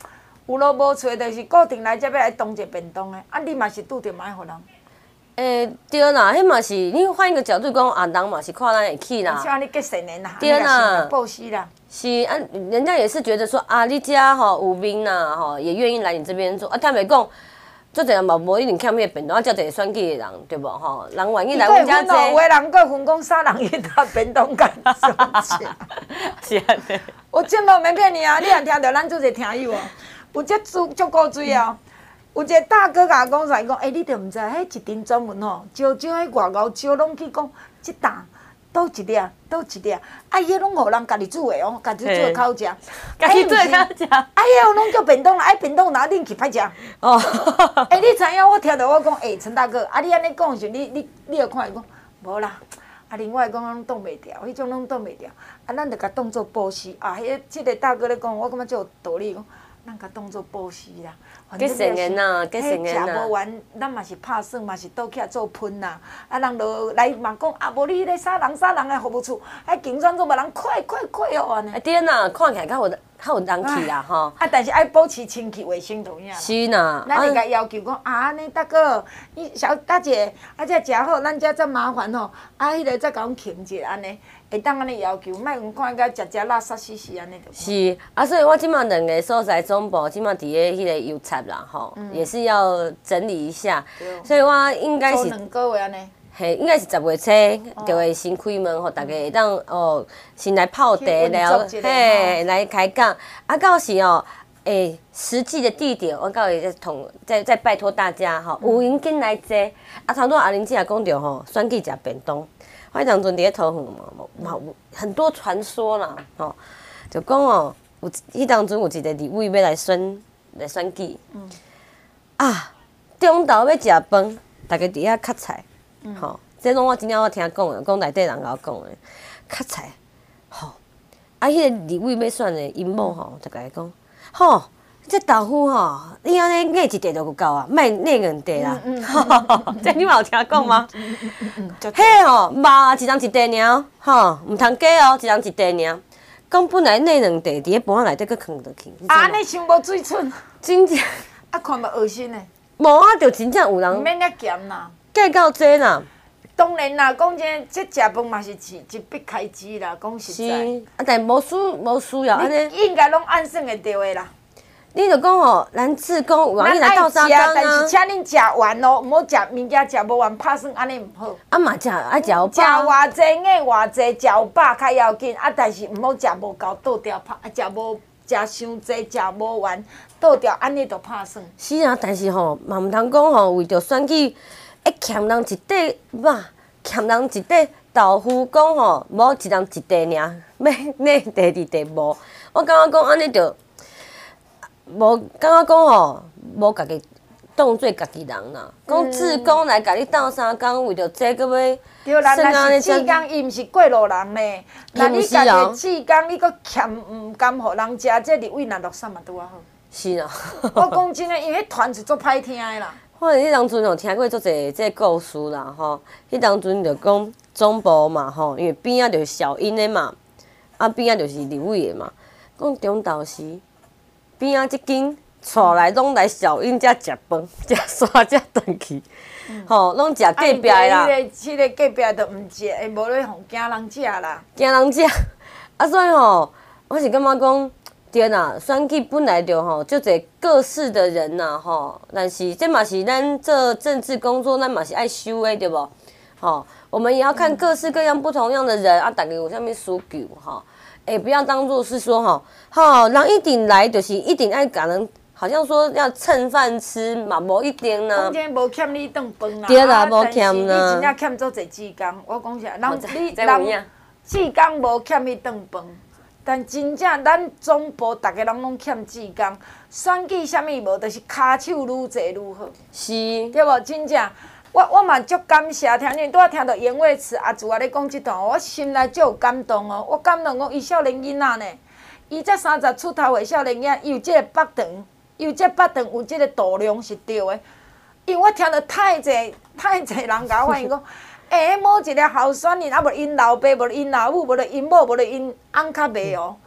有路无找，就是固定来这要来当一个便当的，啊，你嘛是拄着嘛爱互人。 对啦，迄嘛是，你换一个角度讲，啊，人嘛是看咱会起啦。 像你结成年啦， 对啦， 报喜啦。 是啊，人家也是觉得说啊，你家吼有面啦，吼也愿意来你这边做啊。坦白讲，做一个嘛无一定欠迄个便当，啊，叫一个选举的人，对无吼？人愿意来阮遮坐。 有的人佫分讲3人去搭便当干上吃。 是安尼。 我真无免骗你啊！你若听到咱做一个听友哦，有这足够水啊！有一个大哥甲我讲出来讲，你着毋知，迄一阵专门吼，招迄外头招拢去讲，即档倒一粒，倒一粒，啊，伊拢互人家己煮的哦，家己煮的口食， 家己煮的口食。 啊，迄拢叫便当啦，便当拿恁去歹食。哦。你知影？我听到我讲，陈大哥，你安尼讲时，你著看伊讲，无啦。啊，另外讲拢挡袂牢，迄种拢挡袂牢。啊，咱著甲当做补习啊。即个大哥咧讲，我感觉就有道理。讲，咱甲当做补习啦。 结成缘呐，结成缘呐。 食无完，咱嘛是拍算，嘛是倒起来做喷呐。啊，人就来嘛讲，啊，无你迄个3人的服务处，啊，竞选做别人快哦安尼。 对呐，看起来较有人气啦吼。 啊，但是爱保持清气卫生同样。 是呐。 咱会甲要求讲，安尼大哥，你小大姐，啊，这食好，咱遮再麻烦吼，啊，迄个再甲阮轻者安尼。会当安尼要求，莫用看甲食垃圾死死安尼就。 是啊，所以我即马2个所在总部，即马伫咧迄个邮册啦，吼，也是要整理一下。所以我应该是。 做2个月安尼。 嘿，应该是10月初就会先开门，互大家会当先来泡茶聊，嘿，来开讲。啊，到时实际的地点，我到时再拜托大家吼，有闲紧来坐。啊，头拄阿玲姐也讲着吼，选举食便当。我迄当阵伫咧桃园嘛，有很多传说啦，吼，就讲有迄当阵有一个立委要来选举，啊，中昼要食饭，大家伫遐磕菜，吼，这拢我真正我听讲的，讲内底人甲我讲的，磕菜，吼，啊，迄个立委要选的因某吼，就甲伊讲，吼。这豆腐吼，你安尼硬一块就有够啊，莫硬2块啦。这你嘛有听讲吗？嘿吼，肉啊一人一块尔，吼，毋通假哦，一人一块尔。讲本来硬2块，伫咧盘内底佫放落去。 啊，你想无水准？ 真正。 啊，看嘛恶心的。 无啊，就真正有人。 毋免遐咸啦。 计到这啦。 当然啦，讲真，这食饭嘛是一笔开支啦，讲实在。 是，啊，但无需要安尼。 应该拢按算会着的啦。 你就讲吼，咱志工有人来斗相共啊。 但是请恁食完哦，毋好食物件食无完，拍算安尼毋好。 啊嘛食爱食有饱。 食偌济硬偌济，食有饱较要紧。啊，但是毋好食无够倒掉拍，食伤济，食无完倒掉，安尼就拍算。 是啊，但是吼嘛毋通讲吼，为着选举，欠人一块肉，欠人一块豆腐，讲吼无一人一块尔，要那第二块无。我感觉讲安尼着。无感觉讲吼，无家己当做家己人啦。讲志工来甲你斗相共，为着这个要。 对啦，若是志工，伊毋是过路人呢。那你家己志工，你搁欠毋甘互人食，这立委若落山嘛拄啊好。 是啦。 我讲真诶，因为迄团是足歹听诶啦。 我迄当阵有听过足侪这故事啦，吼。迄当阵就讲总部嘛，吼，因为边仔就是小英诶嘛，啊边仔就是立委诶嘛。讲中昼时。边仔即间带来拢来小英遮食饭，食煞才转去，吼，拢食隔壁的啦。 迄个隔壁都毋食，无咧互惊人食啦。 惊人食，啊，所以吼，我是感觉讲，对啦，选举本来就吼，就侪各式的人呐，吼，但是这嘛是咱做政治工作，咱嘛是爱收的，对无？吼，我们也要看各式各样不同样的人啊，大家有啥物需求，吼。不要当作是说人一定来就是一定爱甲人，好像说要蹭饭吃嘛，无一定啦。 讲真，无欠你顿饭啦。 对啦，无欠啦。 你真正欠做侪志工，我讲实，人志工无欠你顿饭，但真正咱总部逐个人拢欠志工，选举啥物无，就是骹手愈济愈好。 是。 对无？真正。我嘛足感谢，拄仔听到严伟慈阿祖啊咧讲即段，我心内足有感动哦。我感动讲伊少年囡仔呢，伊才30出头的少年囝，伊有即个腹肠，有即个度量是对的。因为我听到太侪人甲我反映讲，某一个候选人啊，无因老爸，无因老母，无因某，无因翁较袂哦。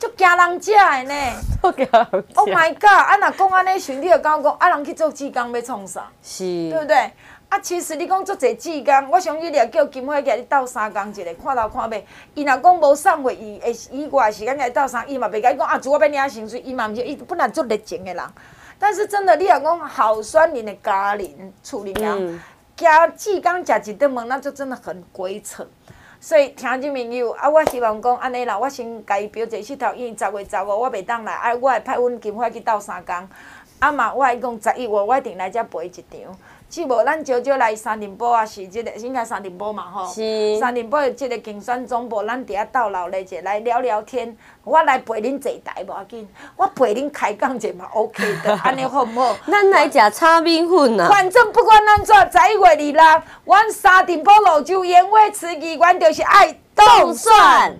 足惊人食的呢。Oh my god！ 啊，若讲安尼时，你就讲啊，人去做志工要创啥？ 是， 对不对？啊，其实你讲做侪志工，我相信你也叫金花甲你斗3工一个，看头看尾。伊若讲无送货，伊会以外的时间甲你斗3，伊嘛袂甲你讲啊，我要领薪水，伊嘛毋是，伊本来做热情的人。但是真的，你若讲好酸人的家人、厝里啊，加志工食一顿饭，那就真的很鬼扯。所以听众朋友，啊，我希望讲安尼啦，我先甲伊标一4条，因为10月15我袂当来，啊，我会派阮金花去斗3工，啊嘛，我会讲11月我一定来遮陪一场。只无咱少少来三林堡啊，是即个应该三林堡嘛吼。 是。 三林堡的即个竞选总部，咱伫遐斗老咧者来聊聊天。我来陪恁坐台无要紧，我陪恁开讲者嘛 OK 的，安尼好毋好？ 咱来食炒米粉啊！ 反正不管安怎，11月26，阮三林堡泸州盐味慈义园就是爱动算。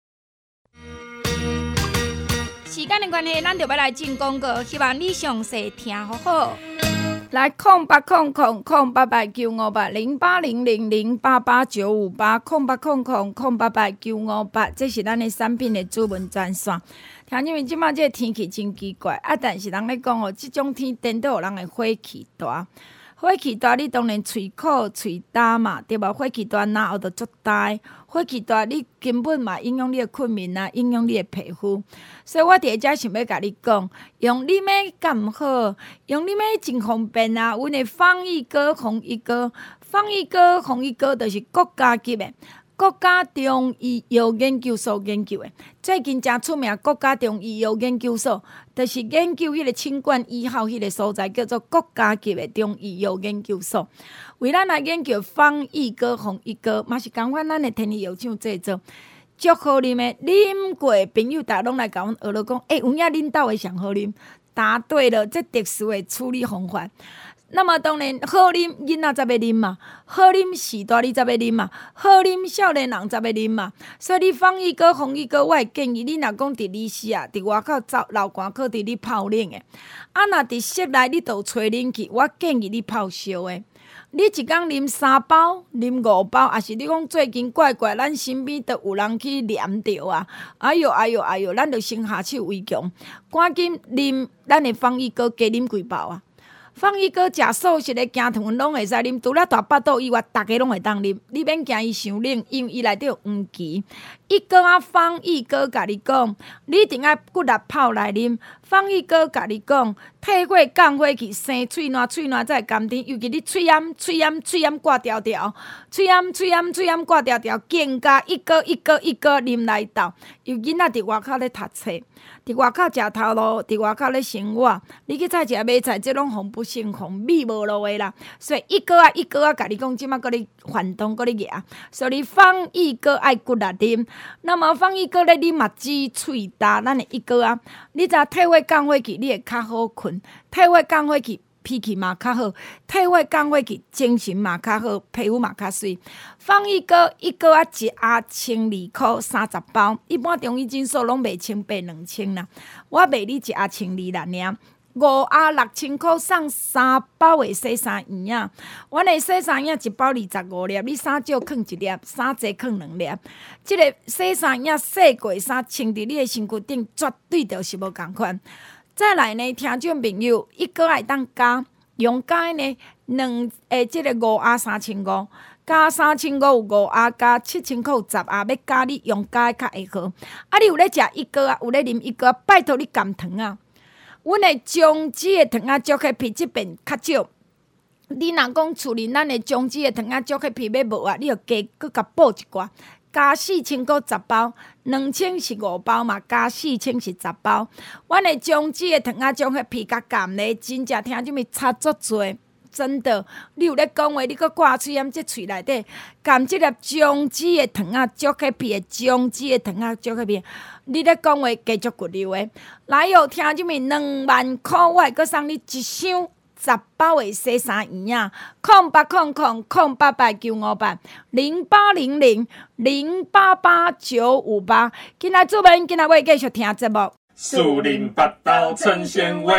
时间的关系，咱就要来进广告，希望你详细听好好。 来0800-088958，0800-088958，这是咱的产品的主文专线。听因为即马这个天气真奇怪啊，但是人咧讲哦，即种天颠倒人会火气大。火气大，你当然喙苦、喙焦嘛，对无？火气大，哪后就足大。火气大，你根本嘛影响你的困眠啊，影响你的皮肤。所以我伫遮想要甲你讲，用你买敢毋好？用你买真方便啊！阮的防疫膏、防疫膏、防疫膏、防疫膏，就是国家级的。国家中医药研究所研究的，最近真出名。国家中医药研究所，就是研究迄个清冠1号迄个所在，叫做国家级的中医药研究所。为咱来研究防疫膏、防疫膏，嘛是共款咱的天然药厂制作，足好啉的。啉过的朋友，大拢来甲阮学了讲，有影恁兜的上好啉。答对了，这特殊的处理方法。那么当然好啉，囡仔才要啉嘛；好啉时大你才要啉嘛；好啉少年人才要啉嘛。所以你防疫膏、防疫膏，我会建议你若讲伫里时啊，伫外口走流汗，可伫你泡冷的；啊，若伫室内你都吹冷气，我建议你泡烧的。你一工啉3包、啉5包，还是你讲最近怪怪，咱身边都有人去黏着啊！哎哟哎哟哎哟，咱就先下手为强，赶紧啉咱的防疫膏，加啉几包啊！防疫膏食素食的姜糖拢会使啉，除了大巴肚以外，大家拢会当啉。你免惊伊伤冷，因为伊内底有黄芪。伊膏啊，防疫膏甲你讲，你一定爱骨力泡来啉。防疫膏甲你讲，退火降火气，生喙烂，喙烂才会甘甜。尤其你喙炎挂条条，喙炎挂条条，更加一膏啉来斗。有囡仔伫外口咧读册，伫外口食头路，伫外口咧生活，你去菜市买菜，这拢防不胜防，米无路的啦。所以一膏啊，甲你讲，即马搁咧反动，搁咧举，所以防疫膏爱骨力啉。那么防疫膏咧，你嘛止喙焦，咱的一膏啊，你知退火降火气，你会较好困；退火降火气，脾气嘛较好；退火降火气，精神嘛较好，皮肤嘛较水。防疫膏一膏啊，1盒12块，30包。一般中医诊所拢卖1800、2000啦，我卖你1盒1200尔。5盒6000块，送3包的洗衫液啊！阮的洗衫液一包25粒，你衫少放1粒，衫济放2粒。即个洗衫液洗过衫，穿伫你的身躯顶，绝对就是无共款。再来呢，听众朋友，一个爱当加，用加呢即个5盒3500。加3500有5盒，加7000块有10盒，要加你用加的较会好。啊，你有咧食一个啊，有咧啉一个啊，拜托你甘糖啊！阮的姜子的糖仔足起皮即边较少，你若讲厝里咱的姜子的糖仔足起皮要无啊，你就加搁甲补一寡，加4000块10包，2000是5包嘛，加4000是10包。阮的姜子的糖仔足起皮甲甘咧，真正听这么差足多。真的，你有咧讲话，你搁挂喙炎，即喙内底含即粒姜子的糖仔，足起皮的姜子的糖仔，足起皮。你咧讲话继续骨溜的，来哟，听即么2万块，我会搁送你一箱10包的洗衫液啊！0800-088958，0800-088958。今仔主文，今仔要继续听节目。 树林八道陈贤威，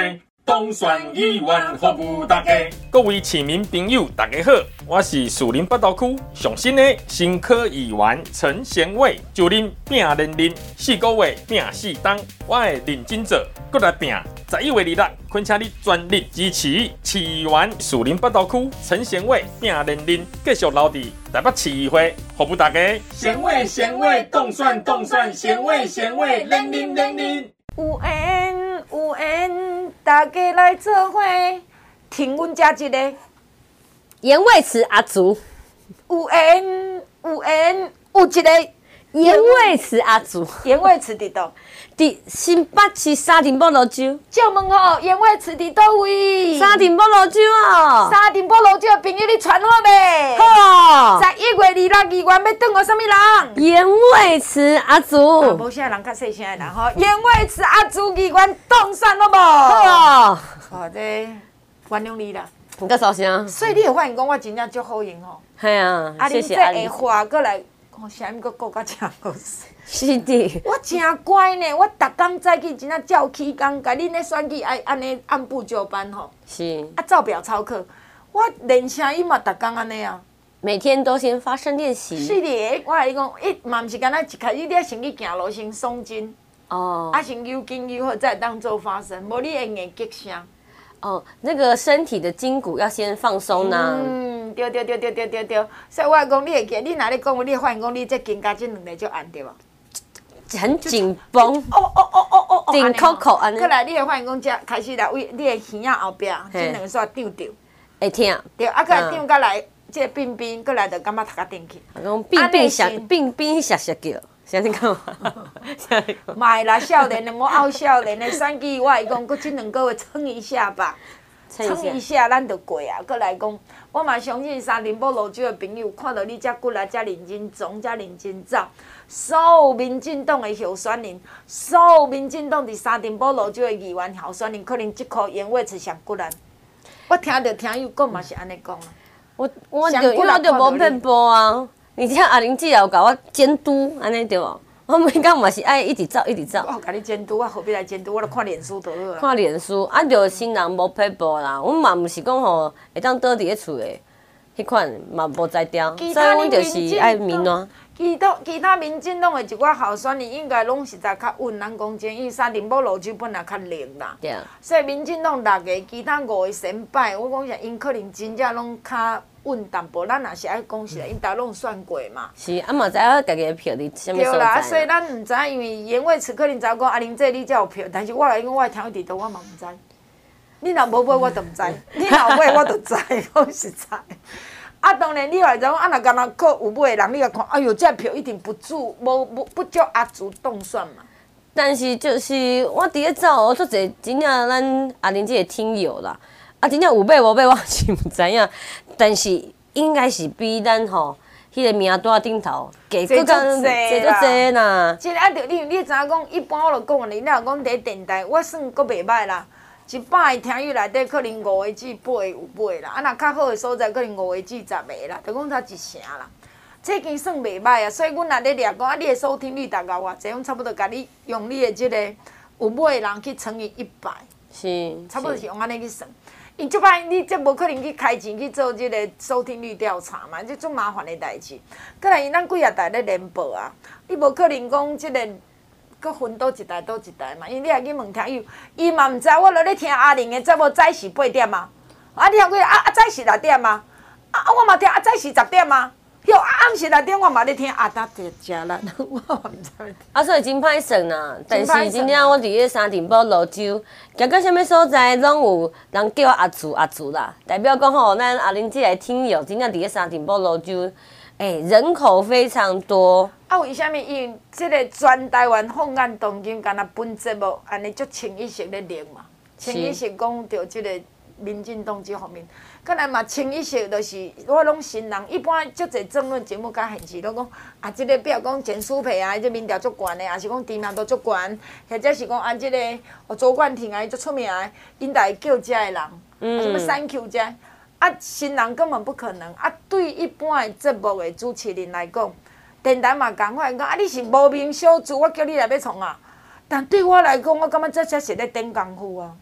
当选议员服务大家。 各位市民朋友，大家好，我是树林北投区上新的新科议员陈贤伟，就任拼连任4个月拼4档，我会认真做，搁来拼。11月26日，恳请你全力支持市议员树林北投区陈贤伟拼连任，继续留伫台北市议会服务大家。 贤伟贤伟，当选贤伟贤伟，连任。 有缘有缘，大家来做伙，听阮遮一个。 盐味池阿竹， 有缘有缘，有一个盐味池阿竹， 盐味池伫倒？ 伫新北市沙尘暴路州。 借问吼，盐味池伫倒位？ 沙尘暴路州哦。 沙尘暴路州的朋友，你传好未？ 好。 11月26日，议员要转互什么人？ 盐味池阿竹。 无啥人较细声的人吼，盐味池阿竹议员当选好无？ 好。 好，这原谅你啦。 唔该，收声。 所以你会发现讲，我真正足好用吼。 系啊，谢谢阿玲。这下话过来，我啥物佫讲真好势。 是的。 我真乖呢，我逐工早起真正照起工，甲恁咧选举爱安尼按部就班吼。 是。 啊，照表操课，我练声音嘛，逐工安尼啊。 每天都先发声练习。 是的，我甲你讲，嘛毋是干那一开始你先去行路先诵经，啊先有经有好再当做发声，无你会硬激声。 哦，那个身体的筋骨要先放松呢。 对，所以我讲你会记，你若咧讲，你会发现讲你这肩胛这两个就按对无？ 很紧绷。顶扣扣安尼。 过来，你会发现讲这开始来为你的耳仔后壁，这两个煞张着。 会听。 对，啊，过来张过来，这冰冰过来就感觉头壳顶起。 讲冰冰shak shak 叫。啥你讲嘛？ 买啦，少年的莫拗少年的选举，我会讲，搁这2个月撑一下吧，撑一下，咱就过啊。搁来讲，我嘛相信沙尘暴路州的朋友看到你遮骨力、遮认真种、遮认真走，所有民进党的候选人，所有民进党伫沙尘暴路州的议员候选人，可能即颗烟味是上骨力。我听到听友讲嘛是安尼讲啊。 我就因为我就无骗播啊。而且阿玲姐也有甲我监督，安尼对无？我每工嘛是爱一直走，一直走。 我甲你监督，我何必来监督？我著看脸书就好啦。 看脸书，啊，就新人无骗播啦。阮嘛毋是讲吼会当倒伫咧厝的，迄款嘛无才调。所以阮就是爱面软。 其他民进党的一寡候选人应该拢实在较稳，咱讲真，因为沙尘暴路州本来较冷啦。 对。 所以民进党6个，其他5个先摆，我讲是因可能真正拢较稳淡薄。咱若是爱讲实在，因大拢算过嘛。 是，啊嘛知影家己的票伫啥物所在。 对啦，所以咱毋知，因为盐味池可能知影讲阿玲姐你才有票，但是我来讲，我听伫倒，我嘛毋知。你若无买，我就毋知；你若有买，我就知。讲实在。啊，当然，你话讲啊，若敢若靠有买的人，你也看，哎哟，这票一定不足阿竹当选嘛。 但是就是我伫咧走，足侪真正咱阿玲姐的听友啦，啊，真正有买无买我是毋知影，但是应该是比咱吼迄个名单顶头加搁较侪足侪啦。 即个啊，着你知影讲，一般我就讲你若讲伫电台，我算搁袂歹啦。100个听友内底可能5个至8个有买啦，啊，若较好的所在可能5个至10个啦，就讲差1成啦。这已经算袂歹啊，所以阮若咧掠讲啊，你的收听率大概偌济，阮差不多甲你用你的即个有买的人去乘以100， 是， 差不多是用安尼去算。因即摆你这无可能去开钱去做即个收听率调查嘛，这足麻烦的代志。过来因咱几啊台咧联播啊，你无可能讲即个。搁分倒一台嘛，因为你也去问听友，伊嘛毋知我落咧听阿玲的节目早是8点嘛，啊你听过早是6点嘛，我嘛听早是10点嘛，哟暗时6点我嘛咧听搭着食啦，我嘛毋知。 所以真歹算啦，但是真正我伫咧沙尘暴路州，行到啥物所在，拢有人叫我阿祖啦，代表讲吼，咱阿玲姐的听友真正伫咧沙尘暴路州。人口非常多。 啊，为虾米？因为即个全台湾放眼当今，敢若本节目安尼足清一色咧练嘛，清一色讲到即个民进党即方面，敢若嘛清一色就是我拢新人，一般足侪政论节目甲现时拢讲啊，即个比如讲前苏培啊，即民调足悬的，也是讲知名度足悬，或者是讲啊，即个周冠廷啊，伊足出名的，因来叫遮的人，啊什么3 Q 遮。啊，新人根本不可能啊！对一般的节目的主持人来讲，电台嘛共款讲啊，你是无名小卒，我叫你来要创啊。但对我来讲，我感觉这才是咧顶功夫啊。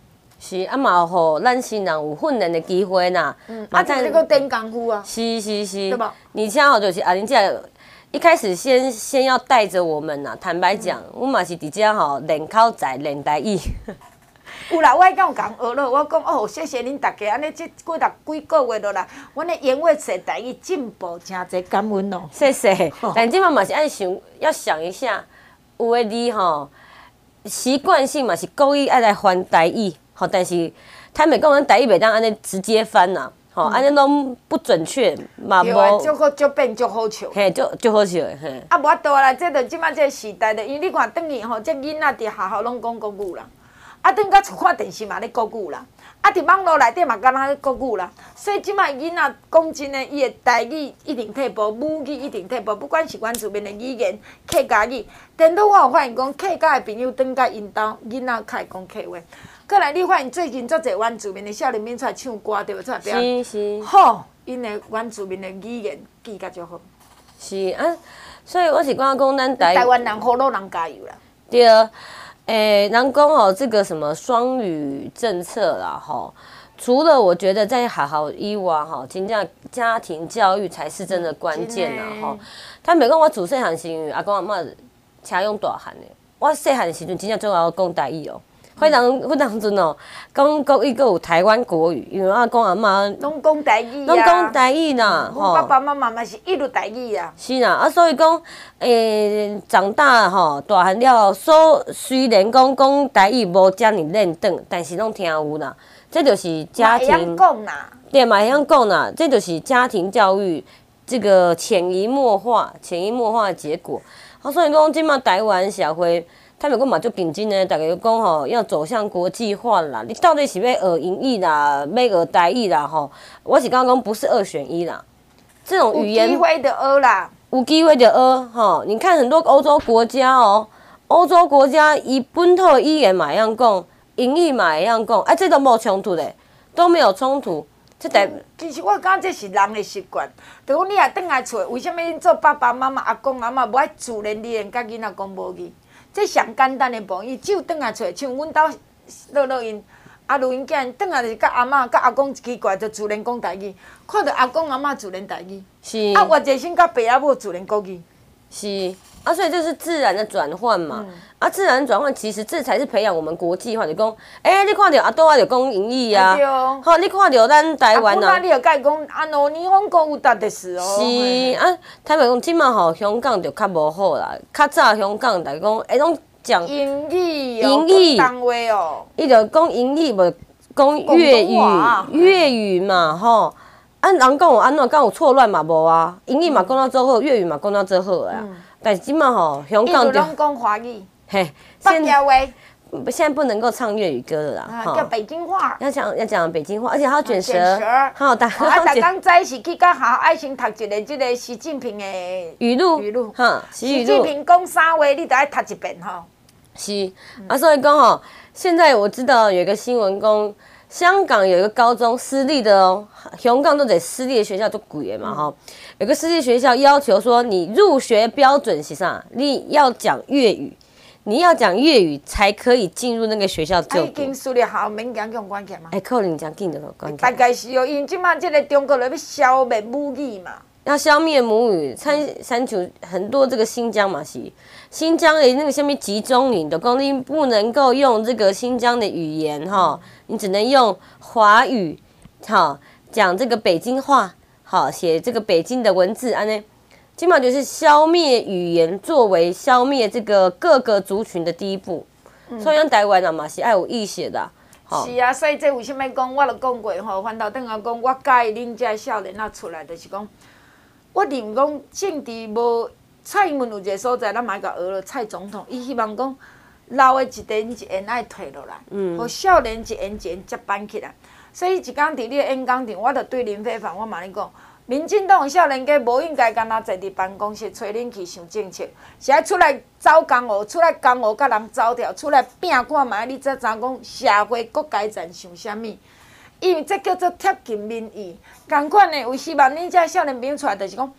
是啊，嘛有互咱新人有训练的机会呐。 这个练功夫啊。 是， 对吧？ 而且吼，就是阿玲姐一开始先要带着我们呐。坦白讲，我嘛是伫遮吼练口才、练台语。 有啦，我讲有讲学了，我讲哦，谢谢恁大家，安尼这几个月落来，阮的言话册台语进步真侪，感恩哦。 谢谢。但即摆嘛是爱想一下，有诶字吼，习惯性嘛是故意爱来翻台语，吼，但是坦白讲，咱台语袂当安尼直接翻呐，吼，安尼拢不准确，嘛无。 足变足好笑。 嘿，足好笑诶，嘿。 啊，无法度啦，这着即摆这个时代的，因为你看转去吼，这囡仔伫学校拢讲国语啦。啊，等到厝看电视嘛咧国语啦，啊，伫网络内底嘛敢若咧国语啦，所以即摆囡仔讲真诶，伊诶台语一定退步，母语一定退步，不管是阮厝边诶语言、客家语，电脑我有发现讲客家诶朋友转到因兜，囡仔较会讲客话。过来你发现最近足侪阮厝边诶少年免出来唱歌对无？出来表演， 是。 好，因诶阮厝边诶语言记甲足好。 是啊，所以我是讲咱台湾人好多人加油啦。 对。人讲吼，这个什么双语政策啦，吼，除了我觉得在学校以外，吼，真正家庭教育才是真的关键啦，吼。他每讲我自细汉时，阿公阿嬷车用大汉的，我细汉时阵真正总要讲台语哦。迄当阵哦，讲国语，阁有台湾国语，因为阿公阿嬷拢讲台语啊， 拢讲台语啦， 吼。爸爸妈妈嘛是一路台语啊。 是啦，啊，所以讲，长大吼，大汉了，虽然讲台语无遮尔练转，但是拢听有啦。这就是家庭。 会晓讲啦。对嘛，会晓讲啦，这就是家庭教育这个潜移默化的结果。啊，所以讲，即马台湾社会。他们讲嘛，就竞争呢，大家讲吼，要走向国际化啦。你到底是要学英语啦，要学台语啦？吼，我是刚刚讲不是2选1啦。这种语言有机会就学啦， 有机会就学吼。你看很多欧洲国家哦，欧洲国家伊本土语言嘛一样讲，英语嘛一样讲，哎，这都无冲突嘞，都没有冲突。 其实我感觉这是人的习惯，就讲你也转来厝，为什么恁做爸爸妈妈、阿公阿嬷无爱自然而然甲囡仔讲母语？这上简单的部分，伊只有转来厝，像阮兜乐因，啊录音囝转来就是甲阿嬷、甲阿公奇怪，就自然讲台语，看到阿公阿嬷自然台语， 是啊，活一生甲爸阿母自然国语， 是啊，所以这是自然的转换嘛。啊，自然转换其实这才是培养我们国际化。就讲，你看到阿多啊就讲英语啊，好，你看到咱台湾啊， 你就甲伊讲啊，日本語有搭的是哦。 是啊，坦白讲，即马吼香港就较无好啦。较早香港大家讲，拢讲英语哦， 英语讲话哦， 伊就讲英语，无讲粤语嘛，吼。啊，人讲有安怎，讲有错乱嘛无啊？英语嘛讲到做好，粤语嘛讲到做好啊。但是即马吼香港就拢讲华语。 嘿， 现在不能够唱粤语歌了啦， 叫北京话， 要讲北京话，而且还要卷舌，好，大家在是去甲校爱先读一个这个习近平的语录，哈， 习近平讲啥话，你都爱读一遍吼。 是啊，所以讲吼，现在我知道有一个新闻讲，香港有一个高中私立的哦，香港都在私立的学校做贵的嘛哈，有个私立学校要求说，你入学标准是啥？你要讲粤语。你要讲粤语才可以进入那个学校就读。 已经私立校免讲用关键嘛？ 可能讲紧就关键。 大概是哦，因为即马这个中国人要消灭母语嘛。 要消灭母语，三九很多这个新疆嘛是，新疆的那个什么集中营的，讲你不能够用这个新疆的语言哈，你只能用华语，好讲这个北京话，好写这个北京的文字安呢。基本上就是消灭语言，作为消灭这个各个族群的第一步。所以咱台湾人嘛是爱有意识的。 是啊，所以这为什么讲，我就讲过吼，翻头转来讲，我介意恁这少年仔出来，就是讲，我认为讲政治无蔡英文有一个所在，咱嘛甲学了蔡总统，伊希望讲老的一点一点爱退落来，互少年一点一点接班起来。所以一天伫你的演讲场，我就对林非凡我嘛咧讲。民进党少年家无应该干那坐伫办公室找恁去想政策，是爱出来走江湖，出来江湖甲人走跳，出来拼看卖，你才知讲社会各阶层想啥物。因为这叫做贴近民意。共款的，有希望恁遮少年朋友出来，就是讲，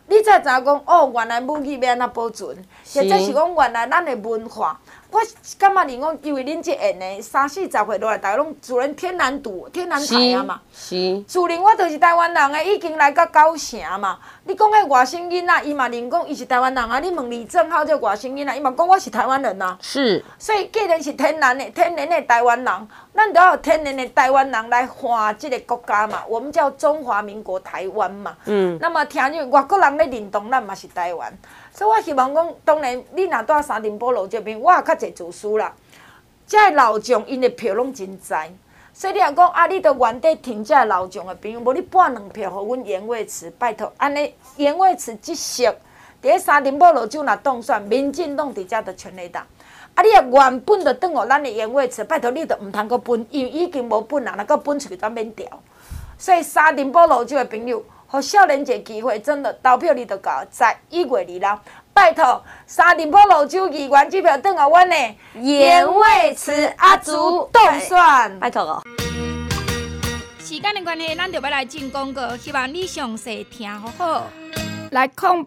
你才知影讲哦，原来母语要安怎保存，或者是讲原来咱的文化。我感觉你讲，因为恁这演的30、40岁落来，大家拢自然天然台啊嘛。 是。 自然我就是台湾人的，已经来到9成嘛。你讲迄外省囡仔，伊嘛认讲伊是台湾人啊。你问李正浩这外省囡仔，伊嘛讲我是台湾人啊。 是。 所以既然是天然的台湾人，咱就要有天然的台湾人来换这个国家嘛。我们叫中华民国台湾嘛。那么听见外国人咧认同咱嘛是台湾。所以我希望讲，当然你若住沙丁堡路这边，我也较侪自私啦。这老将因的票拢真侪，所以你若讲啊，你着原地听这老将的朋友，无你半两票互阮严伟慈，拜托，安尼严伟慈即席伫沙丁堡路就若当选，民进党伫遮着全力打。啊，你若原本着转互咱的严伟慈，拜托你着毋通阁分，因为已经无本啦，若阁分出去咱免调。所以沙丁堡路这的朋友。互少年一个机会，真的投票你就到11月2日，拜托沙丁堡路州议员这票转互阮的严伟慈阿祖当选， 拜托哦。 时间的关系，咱就要来进广告，希望你详细听好好。 来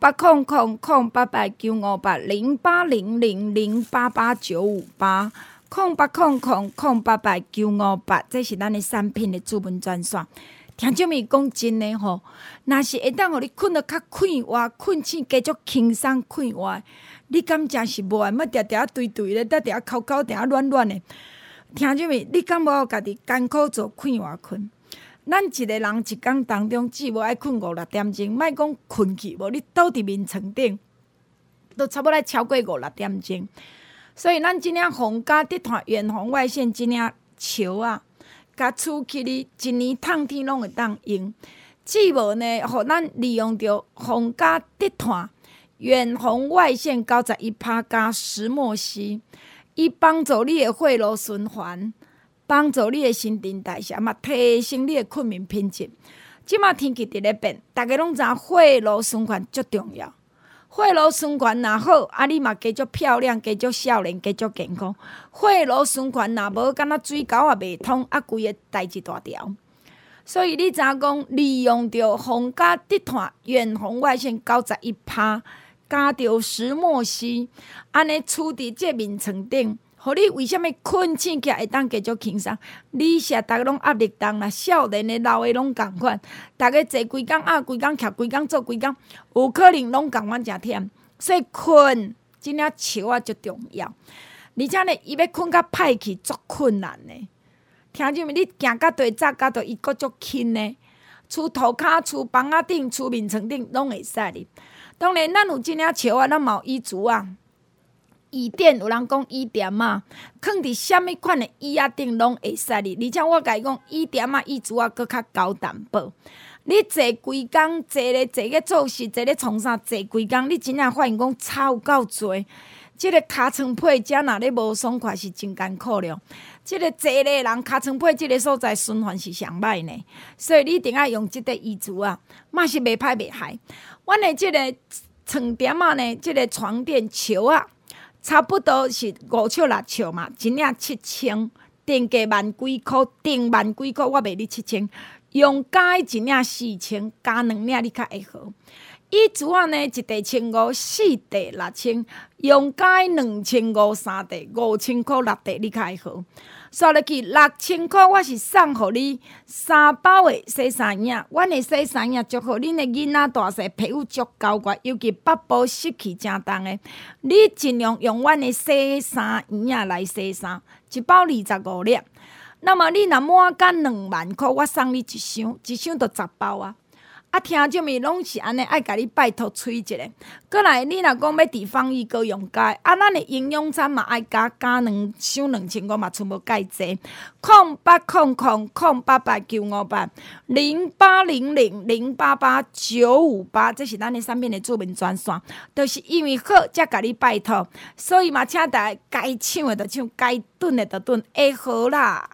0800-088958，0800-088958，0800-088958，这是咱的产品的主文专线。听这么讲真的吼，若是会当互你困得较快活，困醒继续轻松快活，你敢真是无爱要定定对对咧，定定哭哭，定定软软的。听这么，你敢无有家己艰苦做快活困？咱一个人一工当中只无爱困5-6点钟，莫讲困去，无你倒伫眠床顶，都差不多超过5-6点钟。所以咱即领皇家地毯远红外线即领树啊。甲厝起哩一年通天拢会当用，只无呢，互咱利用着皇家地毯远红外线91%加石墨烯，伊帮助你的血路循环，帮助你的新陈代谢，嘛提升你的困眠品质。即马天气伫咧变，大家拢知影血路循环足重要。血路循环若好，啊，你嘛加足漂亮，加足少年，加足健康。血路循环若无，敢若水沟也袂通，啊，规个代志大条。所以你知影讲，利用着皇家地毯远红外线91%，加着石墨烯，安尼厝伫这眠床顶，互你为虾米困醒起来会当继续轻松？你是逐个拢压力重啦，少年的、老的拢共款，逐个坐规工、规工、徛规工、做规工，有可能拢共款诚忝。所以困真正树啊足重要，而且呢，伊要困甲歹去足困难的。听见没？你行到地早，到伊阁足轻的，厝涂骹、厝房仔顶、厝面床顶拢会使哩。当然，咱有即领树啊，咱嘛有椅子啊。椅垫有人讲椅垫啊，放伫什物款的椅仔顶拢会使哩。而且我甲伊讲，椅垫啊、椅子啊，搁较高淡薄。你坐规工，坐咧做事，坐咧创啥，坐规工，你真正发现讲差有够多。即个尻川皮遮若咧无爽快是真艰苦了。即个坐咧人尻川皮即个所在循环是上歹呢，所以你一定要用即个椅子啊，嘛是袂歹袂害。阮的即个床垫啊呢，即个床垫树啊。差不多是5尺6尺嘛，一领7000，定价万几箍，定万几箍，我卖你7000。用加一领4000，加2领你较会好。椅子啊呢，一地1500，4地6000，用加2500，3地5000箍，6地你较会好。刷落去6000箍，我是送互你3包的洗衫液。阮的洗衫液足好，恁的囡仔大细皮肤足高洁，尤其北部湿气真重的，你尽量用阮的洗衫液来洗衫，一包25粒。那么你若满减2万箍，我送你一箱，一箱就10包啊。啊，听众们拢是安尼，爱甲你拜托催一下。过来，你若讲要伫防疫阁用钙，啊，咱的营养餐嘛爱加2箱2500嘛，全部钙济。0800-088958，0800-088958，这是咱的产品的主文专线。就是因为好，才甲你拜托，所以嘛，请大家该抢的就抢，该炖的就炖，会好啦。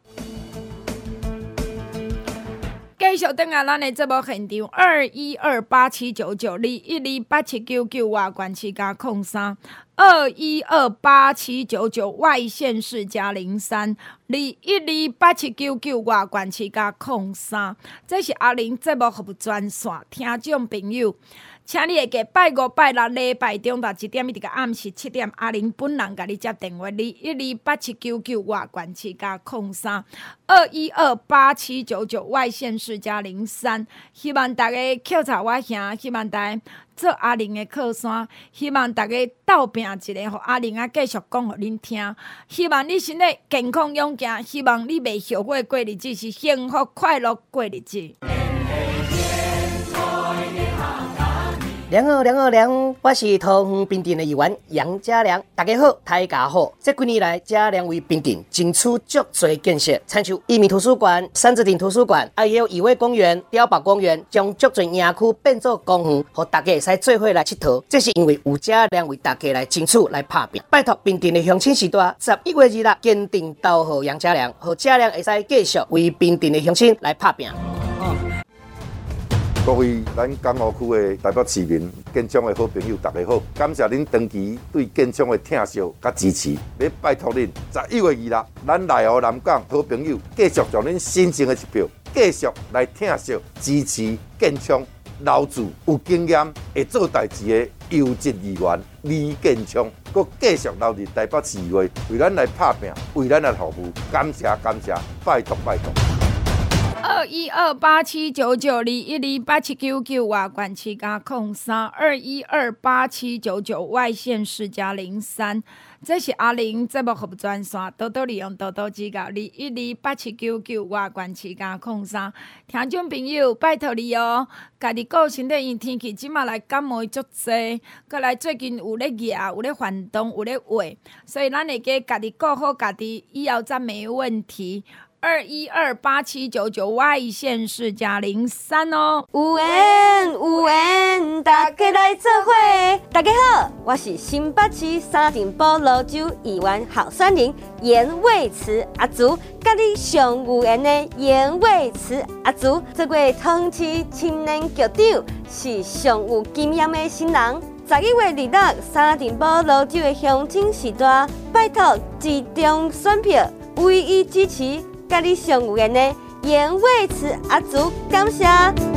继续等下咱的节目现场，212879921128799外县市加03，2128799外县市加03，2128799外县市加03，这是阿玲节目服务专线，听众朋友。 请你会记拜五、拜六、礼拜中昼1点一直到暗时7点，阿玲本人甲你接电话，2128799外关市加03，2128799外县市加03。希望大家扣查我兄，希望大家做阿玲的靠山，希望大家斗拼一个，互阿玲啊继续讲互恁听。希望你身体健康勇健，希望你袂后悔过日子，是幸福快乐过日子。 良好，我是桃园bình镇的议员杨家良。大家好，大家好。这几年来，家良为bình镇争取足多建设，参像一民图书馆、三字亭图书馆，也有义威公园、碉堡公园，将足多园区变做公园，让大家会使做伙来佚佗。这是因为有家良为大家来争取来打拼。拜托bình鎮的乡亲时代，11月26日坚定投予杨家良，让家良会使继续为bình鎮的乡亲来打拼。 各位咱港澳区的台北市民、建昌的好朋友，大家好！感谢恁长期对建昌的疼惜甲支持，要拜托恁11月26日，咱内湖南港好朋友继续将恁新增的一票，继续来疼惜支持建昌老字有经验、会做代志的优质议员李建昌，佮继续留伫台北市议会，为咱来打拼，为咱来服务。感谢，拜托。 212879921187999外关市加03，2128799外县市加03。这是阿玲节目服务专线，多多利用，多多指教。2128799外关市加03。听众朋友，拜托你哦，家己顾身体，因天气即马来感冒足济，搁来最近有咧热，有咧烦冻，有咧话，所以咱会记家己顾好家己，以后才没问题。2128799外县市加03哦。 有缘，大家来做伙。大家好，我是新北市三重埔蘆洲议员候选人严惠慈阿竹，甲你上有缘的严惠慈阿竹，这位桃市青年局长，是上有经验的新人。11月26日，三重埔蘆洲的乡亲时代，拜托集中选票，唯一支持。甲你上有缘的严惠慈阿竹，感谢。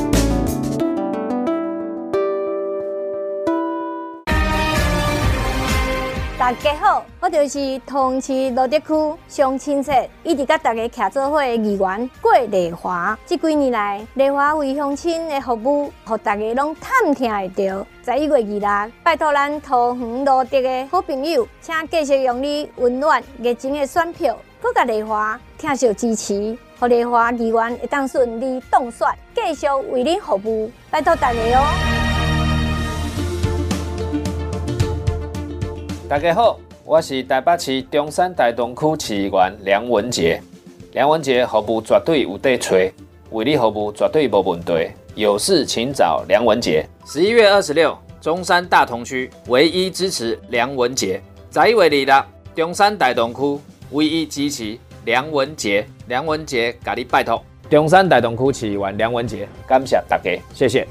大家好，我就是桃园市罗德区上亲切，一直甲大家徛做伙的议员郭丽华。这几年来，丽华为乡亲的服务，互大家拢探听会到。11月26日，拜托咱桃园罗德的好朋友，请继续用你温暖热情的选票，佮甲丽华听受支持，互丽华议员会当顺利当选，继续为恁服务。拜托大家哦！ 大家好，我是台北市中山大同区市议员梁文杰。梁文杰服务绝对有得找，为你服务绝对无问题。有事请找梁文杰。11月26日，中山大同区唯一支持梁文杰。11月26日，中山大同区唯一支持梁文杰。梁文杰，甲你拜托。中山大同区市议员梁文杰，感谢大家，谢谢。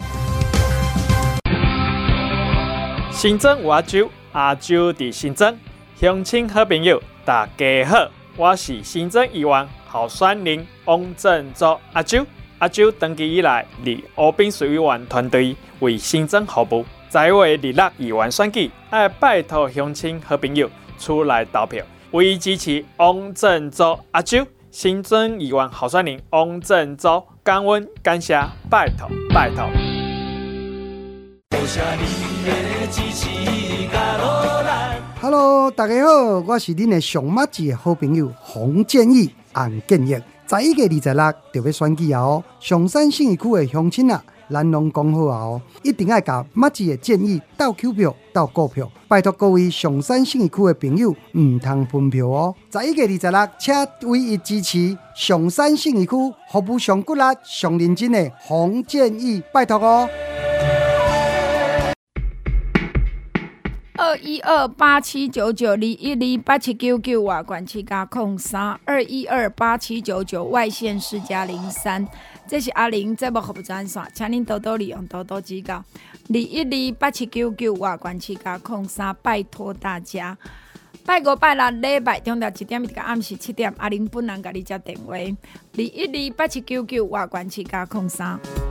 新增有阿周。阿周伫新增，乡亲好朋友，大家好，我是新增议员候选人王振祖阿周。阿周登记以来，伫乌滨水委员团队为新增服务。11月26日议员选举，爱拜托乡亲好朋友出来投票，唯一支持王振祖阿周。新增议员候选人王振祖，感恩感谢，拜托。 Hello， 大家好，我是恁的上马子的好朋友洪建义、洪建义。11月26日就要选举啊哦，上山信义区的乡亲啊，咱拢讲好啊哦，一定要甲马子的建议到扣票、到购票，拜托各位上山信义区的朋友唔通分票哦。11月26日，请唯一支持上山信义区服务上骨力、上认真的洪建义，拜托哦。 212879921187999外关市加03，2128799外县市加03。这是阿玲节目服务专线，请您多多利用，多多指教。2128799外关市加03，拜托大家。拜五、拜六、礼拜中昼1点一直到暗时7点，阿玲本人甲你接电话。2128799外关市加03。